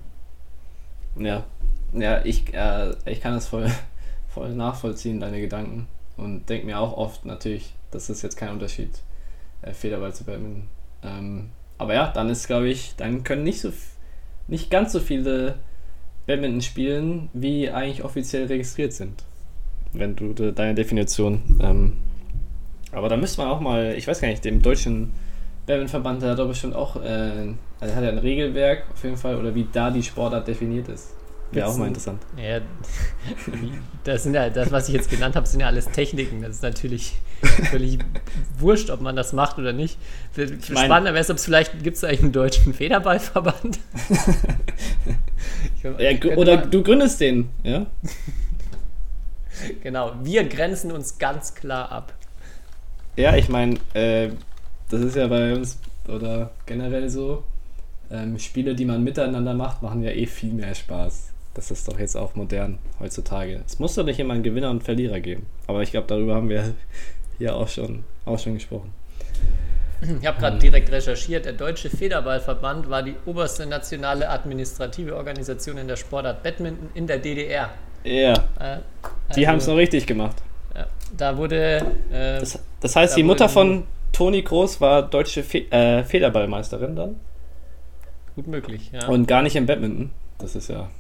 Ja, ich kann das voll nachvollziehen, deine Gedanken, und denke mir auch oft natürlich, das ist jetzt kein Unterschied, Federball zu Badminton. Aber ja, dann ist, glaube ich, dann können nicht ganz so viele Badminton spielen, wie eigentlich offiziell registriert sind, wenn du deine Definition. Aber da müsste man auch mal, ich weiß gar nicht, dem deutschen Badmintonverband, der hat doch bestimmt auch, also hat ja ein Regelwerk auf jeden Fall, oder wie da die Sportart definiert ist. Wäre auch mal interessant. Ja, das was ich jetzt genannt habe, sind ja alles Techniken. Das ist natürlich völlig wurscht, ob man das macht oder nicht. Spannender wäre es, ob es vielleicht, gibt es eigentlich einen deutschen Federballverband? Oder du gründest den, ja? Genau, wir grenzen uns ganz klar ab. Ja, ich meine, das ist ja bei uns oder generell so. Spiele, die man miteinander macht, machen ja viel mehr Spaß. Das ist doch jetzt auch modern heutzutage. Es muss doch nicht immer einen Gewinner und Verlierer geben. Aber ich glaube, darüber haben wir hier auch schon gesprochen. Ich habe gerade direkt recherchiert. Der Deutsche Federballverband war die oberste nationale administrative Organisation in der Sportart Badminton in der DDR. Ja, die haben es noch richtig gemacht. Ja, da wurde... das heißt, die Mutter von Toni Kroos war deutsche Federballmeisterin dann? Gut möglich, ja. Und gar nicht im Badminton. Das ist ja...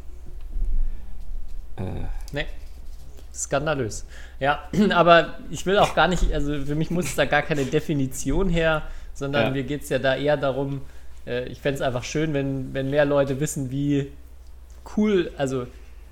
Nee, skandalös. Ja, aber ich will auch gar nicht, also für mich muss da gar keine Definition her, sondern mir geht es ja da eher darum, ich fände es einfach schön, wenn mehr Leute wissen, wie cool, also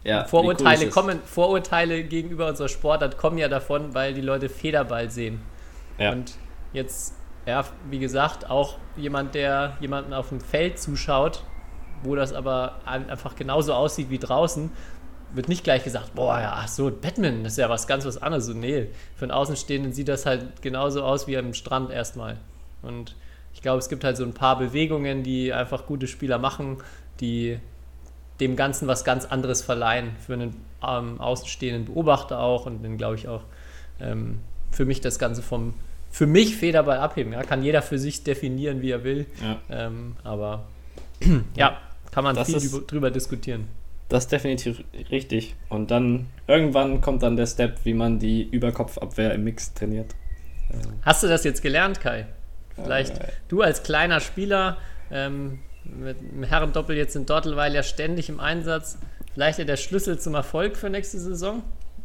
Vorurteile gegenüber unserer Sportart kommen ja davon, weil die Leute Federball sehen. Ja. Und jetzt, wie gesagt, auch jemand, der jemanden auf dem Feld zuschaut, wo das aber einfach genauso aussieht wie draußen, wird nicht gleich gesagt, Badminton, das ist ja was anderes. So, nee, für einen Außenstehenden sieht das halt genauso aus wie am Strand erstmal. Und ich glaube, es gibt halt so ein paar Bewegungen, die einfach gute Spieler machen, die dem Ganzen was ganz anderes verleihen, für einen außenstehenden Beobachter auch und dann glaube ich auch für mich das Ganze für mich Federball abheben. Ja? Kann jeder für sich definieren, wie er will, aber kann man drüber diskutieren. Das ist definitiv richtig. Und dann irgendwann kommt dann der Step, wie man die Überkopfabwehr im Mix trainiert. Hast du das jetzt gelernt, Kai? Vielleicht du als kleiner Spieler mit dem Herrendoppel jetzt in Dortelweil ja ständig im Einsatz. Vielleicht ja der Schlüssel zum Erfolg für nächste Saison?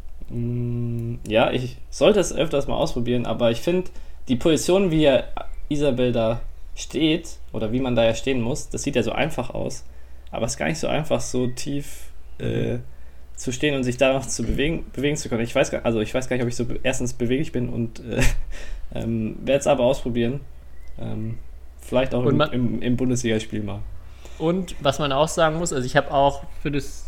Ja, ich sollte es öfters mal ausprobieren, aber ich finde, die Position, wie ja Isabel da steht oder wie man da ja stehen muss, das sieht ja so einfach aus. Aber es ist gar nicht so einfach, so tief zu stehen und sich da noch zu bewegen zu können. Ich weiß gar nicht, ob ich so erstens beweglich bin und werde es aber ausprobieren. Vielleicht auch im Bundesligaspiel mal. Und was man auch sagen muss, also ich habe auch für das,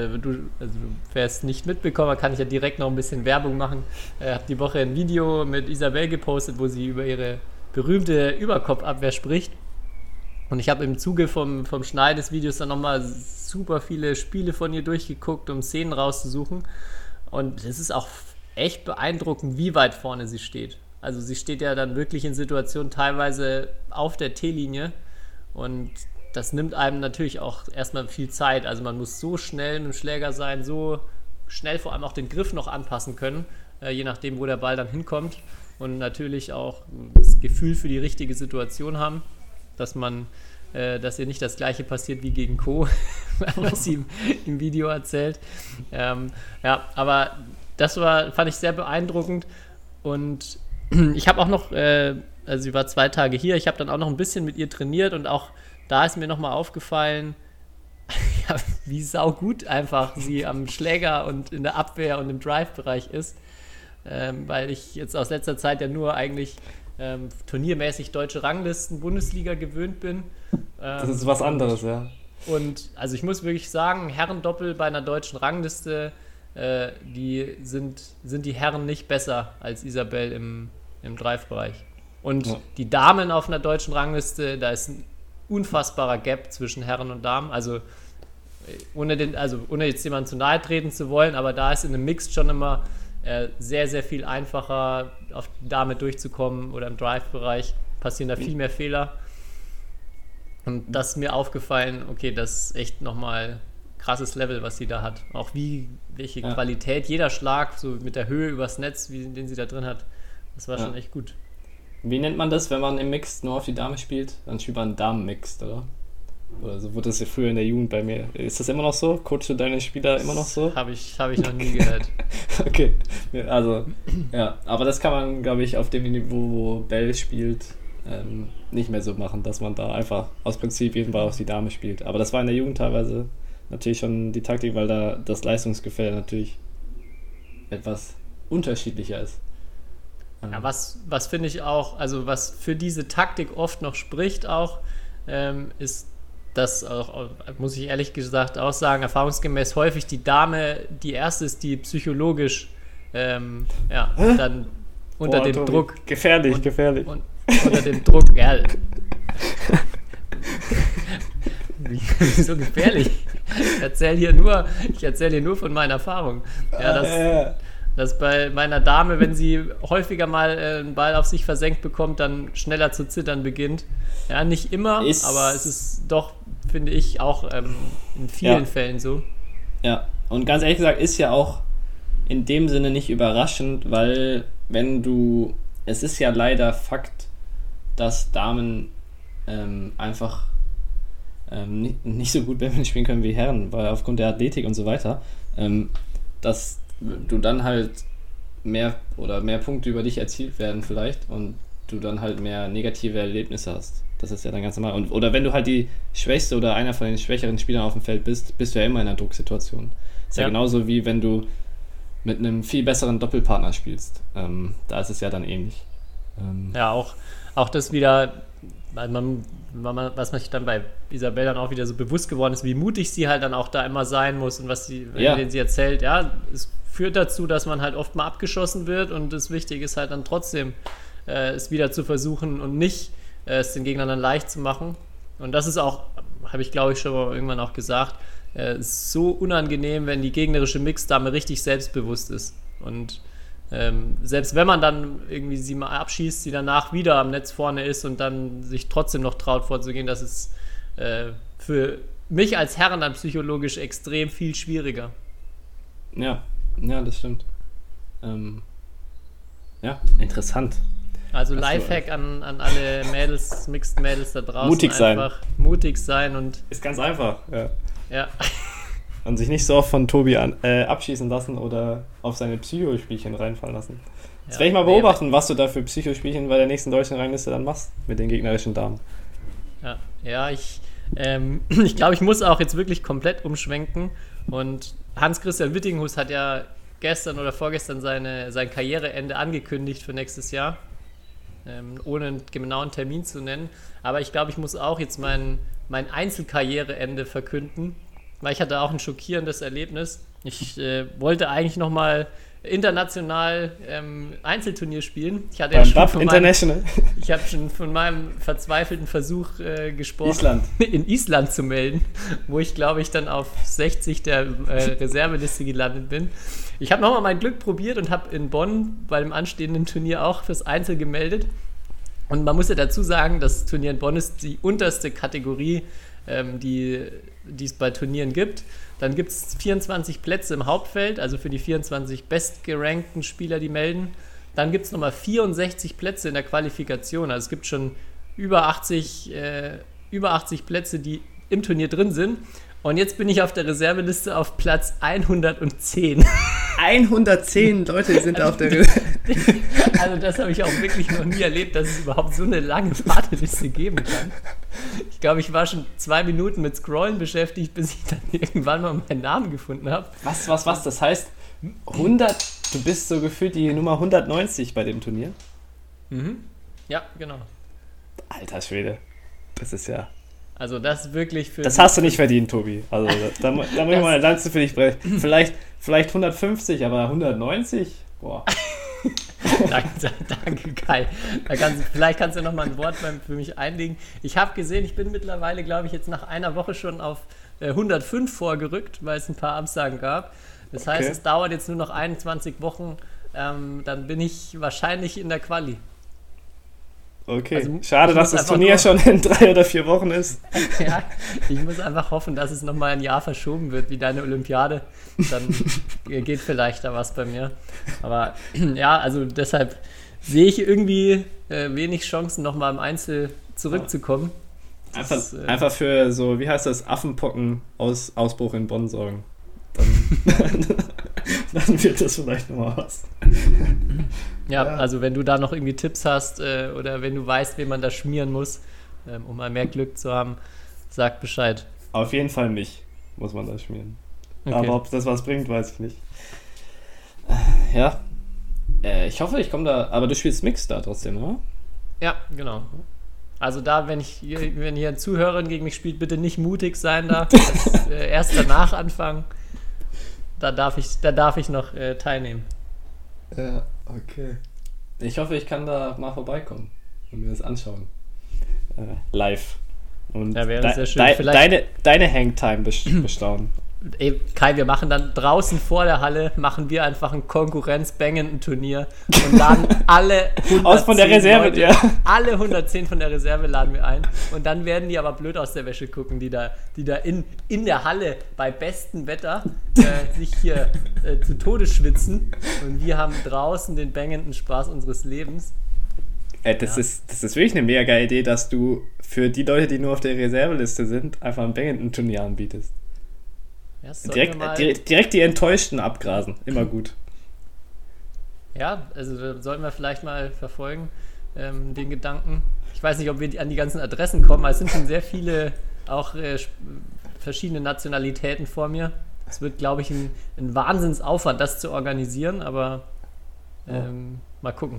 wer es nicht mitbekommen, kann ich ja direkt noch ein bisschen Werbung machen. Habe die Woche ein Video mit Isabel gepostet, wo sie über ihre berühmte Überkopfabwehr spricht. Und ich habe im Zuge vom Schneiden des Videos dann nochmal super viele Spiele von ihr durchgeguckt, um Szenen rauszusuchen. Und es ist auch echt beeindruckend, wie weit vorne sie steht. Also sie steht ja dann wirklich in Situationen teilweise auf der T-Linie. Und das nimmt einem natürlich auch erstmal viel Zeit. Also man muss so schnell mit dem Schläger sein, so schnell vor allem auch den Griff noch anpassen können, je nachdem, wo der Ball dann hinkommt. Und natürlich auch das Gefühl für die richtige Situation haben. Dass ihr nicht das Gleiche passiert wie gegen Co., was sie im Video erzählt. Aber das fand ich sehr beeindruckend und ich habe auch noch, sie war 2 Tage hier, ich habe dann auch noch ein bisschen mit ihr trainiert und auch da ist mir nochmal aufgefallen, wie saugut einfach sie am Schläger und in der Abwehr und im Drive-Bereich ist, weil ich jetzt aus letzter Zeit ja nur eigentlich turniermäßig deutsche Ranglisten, Bundesliga gewöhnt bin. Das ist was anderes, ja. Und also ich muss wirklich sagen, Herrendoppel bei einer deutschen Rangliste, sind die Herren nicht besser als Isabel im Drive-Bereich. Und die Damen auf einer deutschen Rangliste, da ist ein unfassbarer Gap zwischen Herren und Damen. Also ohne jetzt jemandem zu nahe treten zu wollen, aber da ist in einem Mixed schon immer sehr, sehr viel einfacher, auf die Dame durchzukommen oder im Drive-Bereich passieren da viel mehr Fehler. Und das ist mir aufgefallen, okay, das ist echt nochmal krasses Level, was sie da hat. Auch welche Qualität jeder Schlag, so mit der Höhe übers Netz, den sie da drin hat, das war schon echt gut. Wie nennt man das, wenn man im Mixed nur auf die Dame spielt? Dann spielt man Damen-Mixed, oder? Oder so wurde das ja früher in der Jugend bei mir. Ist das immer noch so? Coachst du deine Spieler immer noch so? Habe ich noch nie gehört. Okay, also, ja. Aber das kann man, glaube ich, auf dem Niveau, wo Bell spielt, nicht mehr so machen, dass man da einfach aus Prinzip jeden Ball auf die Dame spielt. Aber das war in der Jugend teilweise natürlich schon die Taktik, weil da das Leistungsgefälle natürlich etwas unterschiedlicher ist. Ja, was finde ich auch, also was für diese Taktik oft noch spricht auch, ist, dass auch, muss ich ehrlich gesagt auch sagen, erfahrungsgemäß häufig die Dame die erste ist, die psychologisch dann unter dem Tobi. Druck. Gefährlich. Und unter dem Druck, ja. Wieso gefährlich? Ich erzähle hier nur von meiner Erfahrung. Ja, dass bei meiner Dame, wenn sie häufiger mal einen Ball auf sich versenkt bekommt, dann schneller zu zittern beginnt. Ja, nicht immer, aber es ist doch, finde ich, auch in vielen Fällen so. Ja, und ganz ehrlich gesagt ist ja auch in dem Sinne nicht überraschend, weil es ist ja leider Fakt, dass Damen einfach nicht so gut Badminton spielen können wie Herren, weil aufgrund der Athletik und so weiter, dass du dann halt mehr Punkte über dich erzielt werden vielleicht und du dann halt mehr negative Erlebnisse hast. Das ist ja dann ganz normal. Oder wenn du halt die Schwächste oder einer von den schwächeren Spielern auf dem Feld bist du ja immer in einer Drucksituation. Ist ja genauso wie wenn du mit einem viel besseren Doppelpartner spielst. Da ist es ja dann ähnlich. Ja, auch das wieder, was man sich dann bei Isabel dann auch wieder so bewusst geworden ist, wie mutig sie halt dann auch da immer sein muss und was sie erzählt, es führt dazu, dass man halt oft mal abgeschossen wird und das Wichtige ist halt dann trotzdem, es wieder zu versuchen und nicht es den Gegnern dann leicht zu machen. Und das ist auch, habe ich glaube ich schon mal irgendwann auch gesagt, ist so unangenehm, wenn die gegnerische Mixdame richtig selbstbewusst ist. Und selbst wenn man dann irgendwie sie mal abschießt, sie danach wieder am Netz vorne ist und dann sich trotzdem noch traut vorzugehen, das ist für mich als Herren dann psychologisch extrem viel schwieriger. Ja, das stimmt. Interessant. Also Lifehack an alle Mädels, Mixed Mädels da draußen. Mutig sein und... Ist ganz einfach, ja. Und sich nicht so oft von Tobi abschießen lassen oder auf seine Psychospielchen reinfallen lassen. Jetzt werde ich mal beobachten, was du da für Psychospielchen bei der nächsten deutschen Rangliste dann machst mit den gegnerischen Damen. Ja, ich glaube, ich muss auch jetzt wirklich komplett umschwenken. Und Hans-Christian Wittinghus hat ja gestern oder vorgestern sein Karriereende angekündigt für nächstes Jahr. Ohne einen genauen Termin zu nennen. Aber ich glaube, ich muss auch jetzt mein Einzelkarriereende verkünden, weil ich hatte auch ein schockierendes Erlebnis. Ich wollte eigentlich nochmal international Einzelturnier spielen. Ich hatte ich habe schon von meinem verzweifelten Versuch gesprochen, in Island zu melden, wo ich glaube ich dann auf 60 der Reserveliste gelandet bin. Ich habe nochmal mein Glück probiert und habe in Bonn bei dem anstehenden Turnier auch fürs Einzel gemeldet. Und man muss ja dazu sagen, das Turnier in Bonn ist die unterste Kategorie, die es bei Turnieren gibt. Dann gibt es 24 Plätze im Hauptfeld, also für die 24 bestgerankten Spieler, die melden. Dann gibt es nochmal 64 Plätze in der Qualifikation. Also es gibt schon über 80 Plätze, die im Turnier drin sind. Und jetzt bin ich auf der Reserveliste auf Platz 110. 110 Leute sind auf der Reserveliste. Also das habe ich auch wirklich noch nie erlebt, dass es überhaupt so eine lange Warteliste geben kann. Ich glaube, ich war schon 2 Minuten mit Scrollen beschäftigt, bis ich dann irgendwann mal meinen Namen gefunden habe. Was? Das heißt, du bist so gefühlt die Nummer 190 bei dem Turnier? Mhm. Ja, genau. Alter Schwede. Das ist ja... Also das wirklich für... Das hast du nicht verdient, Tobi. Also da muss ich mal eine Lanze für dich brechen. Vielleicht 150, aber 190? Boah. Danke, Kai. Vielleicht kannst du noch mal ein Wort für mich einlegen. Ich habe gesehen, ich bin mittlerweile, glaube ich, jetzt nach einer Woche schon auf 105 vorgerückt, weil es ein paar Absagen gab. Das heißt, es dauert jetzt nur noch 21 Wochen. Dann bin ich wahrscheinlich in der Quali. Okay, also, schade, dass das Turnier schon in 3 oder 4 Wochen ist. Ja, ich muss einfach hoffen, dass es nochmal ein Jahr verschoben wird, wie deine Olympiade. Dann geht vielleicht da was bei mir. Aber ja, also deshalb sehe ich irgendwie wenig Chancen, nochmal im Einzel zurückzukommen. Einfach für so, wie heißt das, Affenpocken-Ausbruch in Bonn sorgen. Dann wird das vielleicht nochmal was. Ja, also wenn du da noch irgendwie Tipps hast oder wenn du weißt, wen man da schmieren muss, um mal mehr Glück zu haben, sag Bescheid. Auf jeden Fall mich muss man da schmieren. Okay. Aber ob das was bringt, weiß ich nicht. Ja, ich hoffe, ich komme da... Aber du spielst Mix da trotzdem, oder? Ja, genau. Also da, wenn hier eine Zuhörerin gegen mich spielt, bitte nicht mutig sein da. Erst danach anfangen. Da darf ich noch teilnehmen. Ja, okay. Ich hoffe, ich kann da mal vorbeikommen und mir das anschauen. Live. Und Ja, wäre sehr schön. Vielleicht- deine Hangtime bestaunen. Ey, Kai, wir machen dann draußen vor der Halle, machen wir einfach ein Konkurrenz-Bangenden-Turnier und laden alle 110 Aus von der Reserve, Leute, ja. alle 110 von der Reserve laden wir ein und dann werden die aber blöd aus der Wäsche gucken, die da in der Halle bei bestem Wetter sich hier zu Tode schwitzen und wir haben draußen den bangenden Spaß unseres Lebens. Das ist wirklich eine mega geile Idee, dass du für die Leute, die nur auf der Reserveliste sind, einfach ein Bangenden-Turnier anbietest. Ja, das sollten wir mal- Direkt die Enttäuschten abgrasen. Immer gut. Ja, also da sollten wir vielleicht mal verfolgen, den Gedanken. Ich weiß nicht, ob wir an die ganzen Adressen kommen, aber es sind schon sehr viele, auch verschiedene Nationalitäten vor mir. Es wird, glaube ich, ein Wahnsinnsaufwand, das zu organisieren, aber mal gucken.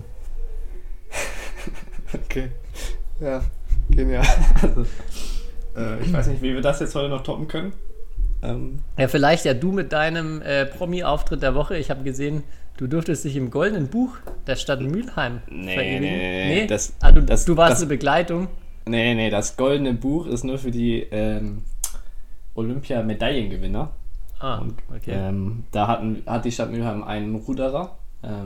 Okay. Ja, genial. Also, ich weiß nicht, wie wir das jetzt heute noch toppen können. Ja, vielleicht ja du mit deinem Promi-Auftritt der Woche. Ich habe gesehen, du durftest dich im Goldenen Buch der Stadt Mülheim verewigen. Nee. Du warst eine Begleitung. Nee, das Goldene Buch ist nur für die Olympia-Medaillengewinner. Ah, okay. Da hat die Stadt Mülheim einen Ruderer.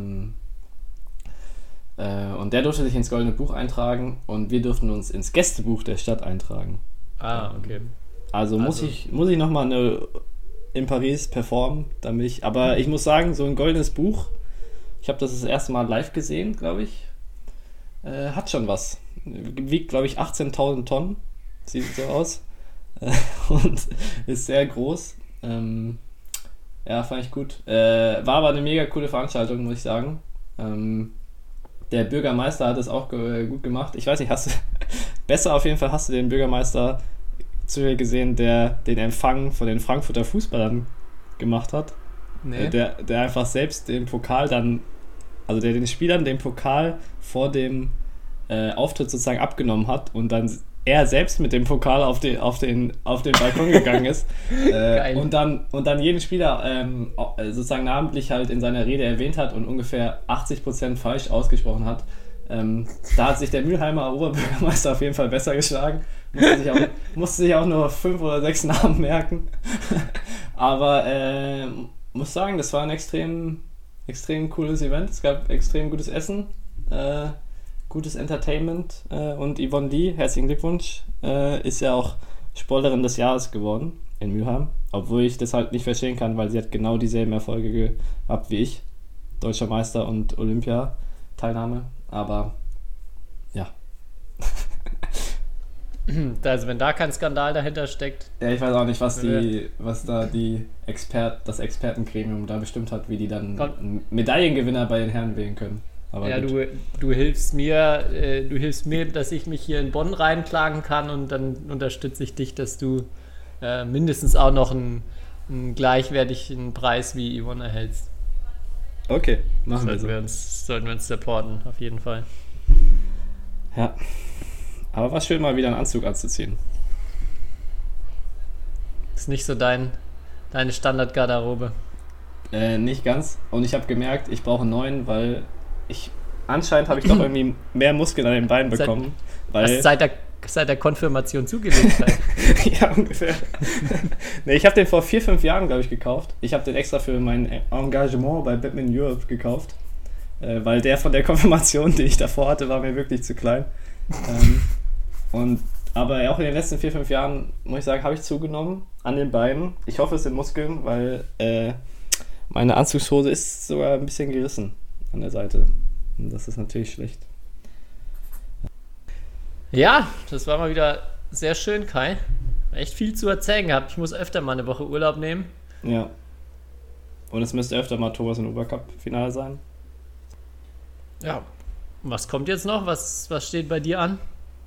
Und der durfte sich ins Goldene Buch eintragen und wir durften uns ins Gästebuch der Stadt eintragen. Ah, okay. Also muss ich nochmal in Paris performen, aber ich muss sagen, so ein goldenes Buch, ich habe das erste Mal live gesehen, glaube ich, hat schon was. Wiegt, glaube ich, 18.000 Tonnen, sieht so aus, und ist sehr groß. Ja, fand ich gut. War aber eine mega coole Veranstaltung, muss ich sagen. Der Bürgermeister hat es auch gut gemacht. Ich weiß nicht, besser auf jeden Fall hast du den Bürgermeister gesehen, der den Empfang von den Frankfurter Fußballern gemacht hat. Nee. Der einfach selbst den Pokal der den Spielern den Pokal vor dem Auftritt sozusagen abgenommen hat und dann er selbst mit dem Pokal auf den Balkon gegangen ist. Geil. Und dann jeden Spieler sozusagen namentlich halt in seiner Rede erwähnt hat und ungefähr 80% falsch ausgesprochen hat. Da hat sich der Mülheimer Oberbürgermeister auf jeden Fall besser geschlagen. Musste sich auch nur 5 oder 6 Namen merken. Aber muss sagen, das war ein extrem cooles Event. Es gab extrem gutes Essen, gutes Entertainment und Yvonne Lee, herzlichen Glückwunsch, ist ja auch Sportlerin des Jahres geworden in Mülheim. Obwohl ich das halt nicht verstehen kann, weil sie hat genau dieselben Erfolge gehabt wie ich. Deutscher Meister und Olympiateilnahme. Aber ja. Also wenn da kein Skandal dahinter steckt. Ja, ich weiß auch nicht, was da das Expertengremium da bestimmt hat, wie die dann einen Medaillengewinner bei den Herren wählen können. Aber ja, gut. du hilfst mir, dass ich mich hier in Bonn reinklagen kann und dann unterstütze ich dich, dass du mindestens auch noch einen gleichwertigen Preis wie Yvonne erhältst. Okay, machen wir so. Sollten wir uns supporten, auf jeden Fall. Ja. Aber war schön, mal wieder einen Anzug anzuziehen. Ist nicht so deine Standardgarderobe. Nicht ganz. Und ich habe gemerkt, ich brauche einen neuen, weil anscheinend habe ich doch irgendwie mehr Muskeln an den Beinen bekommen. Hast seit der Konfirmation zugelegt. Ja, ungefähr. Nee, ich habe den vor 4-5 Jahren, glaube ich, gekauft. Ich habe den extra für mein Engagement bei Batman Europe gekauft. Weil der von der Konfirmation, die ich davor hatte, war mir wirklich zu klein. Aber auch in den letzten 4-5 Jahren, muss ich sagen, habe ich zugenommen an den Beinen. Ich hoffe, es sind Muskeln, weil meine Anzugshose ist sogar ein bisschen gerissen an der Seite. Und das ist natürlich schlecht. Ja, das war mal wieder sehr schön, Kai. Echt viel zu erzählen gehabt. Ich muss öfter mal eine Woche Urlaub nehmen. Ja. Und es müsste öfter mal Thomas- und Obercup-Finale sein. Ja. Was kommt jetzt noch? Was steht bei dir an?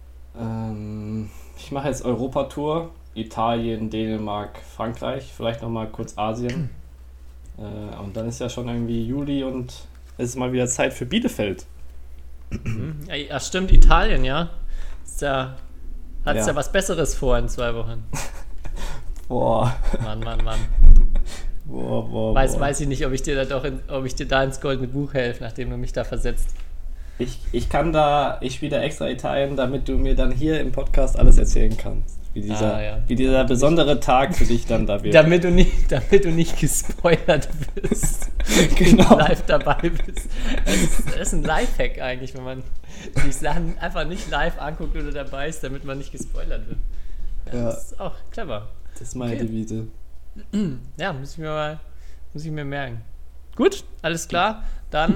Ich mache jetzt Europatour. Italien, Dänemark, Frankreich. Vielleicht nochmal kurz Asien. Und dann ist ja schon irgendwie Juli und es ist mal wieder Zeit für Bielefeld. Ja, stimmt, Italien, ja. Hat ja was Besseres vor in 2 Wochen. Boah. Mann. Weiß ich nicht, ob ich dir da ins goldene Buch helfe, nachdem du mich da versetzt. Ich spiele extra Italien, damit du mir dann hier im Podcast alles erzählen kannst. Wie dieser besondere Tag für dich dann da wird. Damit du nicht gespoilert wirst. Genau. Wenn du live dabei bist. Das ist ein Lifehack eigentlich, wenn man sich Sachen einfach nicht live anguckt oder dabei ist, damit man nicht gespoilert wird. Ja. Das ist auch clever. Das ist meine Devise. Ja, muss ich mir merken. Gut, alles klar. Dann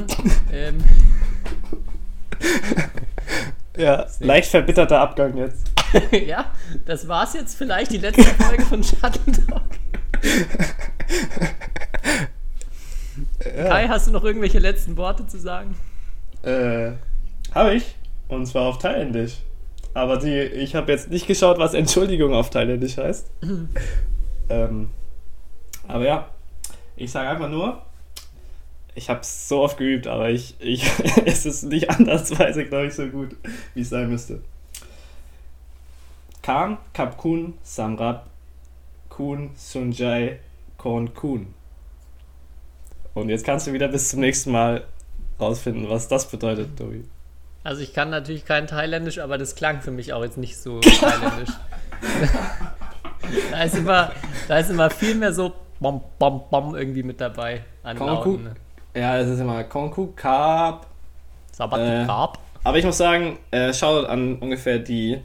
ja, leicht verbitterter Abgang jetzt. Ja, das war's jetzt vielleicht, die letzte Folge von Schattentalk. Ja. Kai, hast du noch irgendwelche letzten Worte zu sagen? Habe ich. Und zwar auf Thailändisch. Aber ich habe jetzt nicht geschaut, was Entschuldigung auf Thailändisch heißt. Aber ja, ich sage einfach nur, ich habe es so oft geübt, aber es ist nicht ansatzweise, glaube ich, so gut, wie es sein müsste. Kam, Kap Kun, Samrap, Kun, Sunjai, Korn Kun. Und jetzt kannst du wieder bis zum nächsten Mal rausfinden, was das bedeutet, Tobi. Also ich kann natürlich kein Thailändisch, aber das klang für mich auch jetzt nicht so thailändisch. Da ist immer viel mehr so Bom, Bom, Bom irgendwie mit dabei an Lauten. Ne? Ja, es ist immer Konku, Kap. Sabat, Kap. Aber ich muss sagen, Shoutout an ungefähr die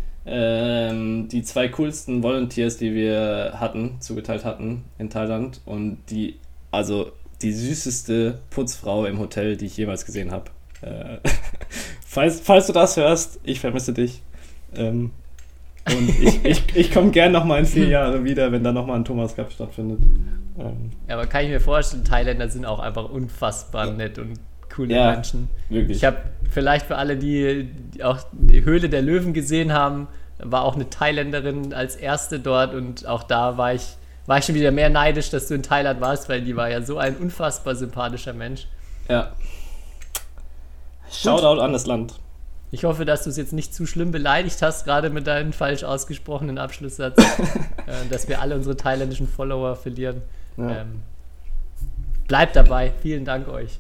2 coolsten Volunteers, die wir zugeteilt hatten in Thailand. Und die süßeste Putzfrau im Hotel, die ich jemals gesehen habe. Falls du das hörst, ich vermisse dich. Und ich komme gern nochmal in 4 Jahren wieder, wenn da nochmal ein Thomas Cup stattfindet. Ja, aber kann ich mir vorstellen, Thailänder sind auch einfach unfassbar nett und coole Menschen. Wirklich. Ich habe vielleicht für alle, die auch die Höhle der Löwen gesehen haben, war auch eine Thailänderin als erste dort und auch da war ich schon wieder mehr neidisch, dass du in Thailand warst, weil die war ja so ein unfassbar sympathischer Mensch. Ja. Shoutout an das Land. Ich hoffe, dass du es jetzt nicht zu schlimm beleidigt hast, gerade mit deinem falsch ausgesprochenen Abschlusssatz, dass wir alle unsere thailändischen Follower verlieren. Ja. Bleibt dabei. Vielen Dank euch.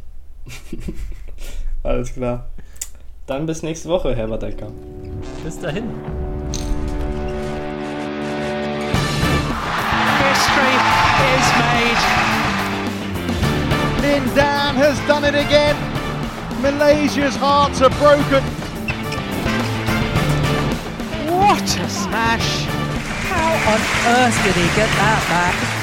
Alles klar. Dann bis nächste Woche, Herr Wadecker. Bis dahin. History is made. Lin Dan has done it again. Malaysia's hearts are broken. What a smash! How on earth did he get that back?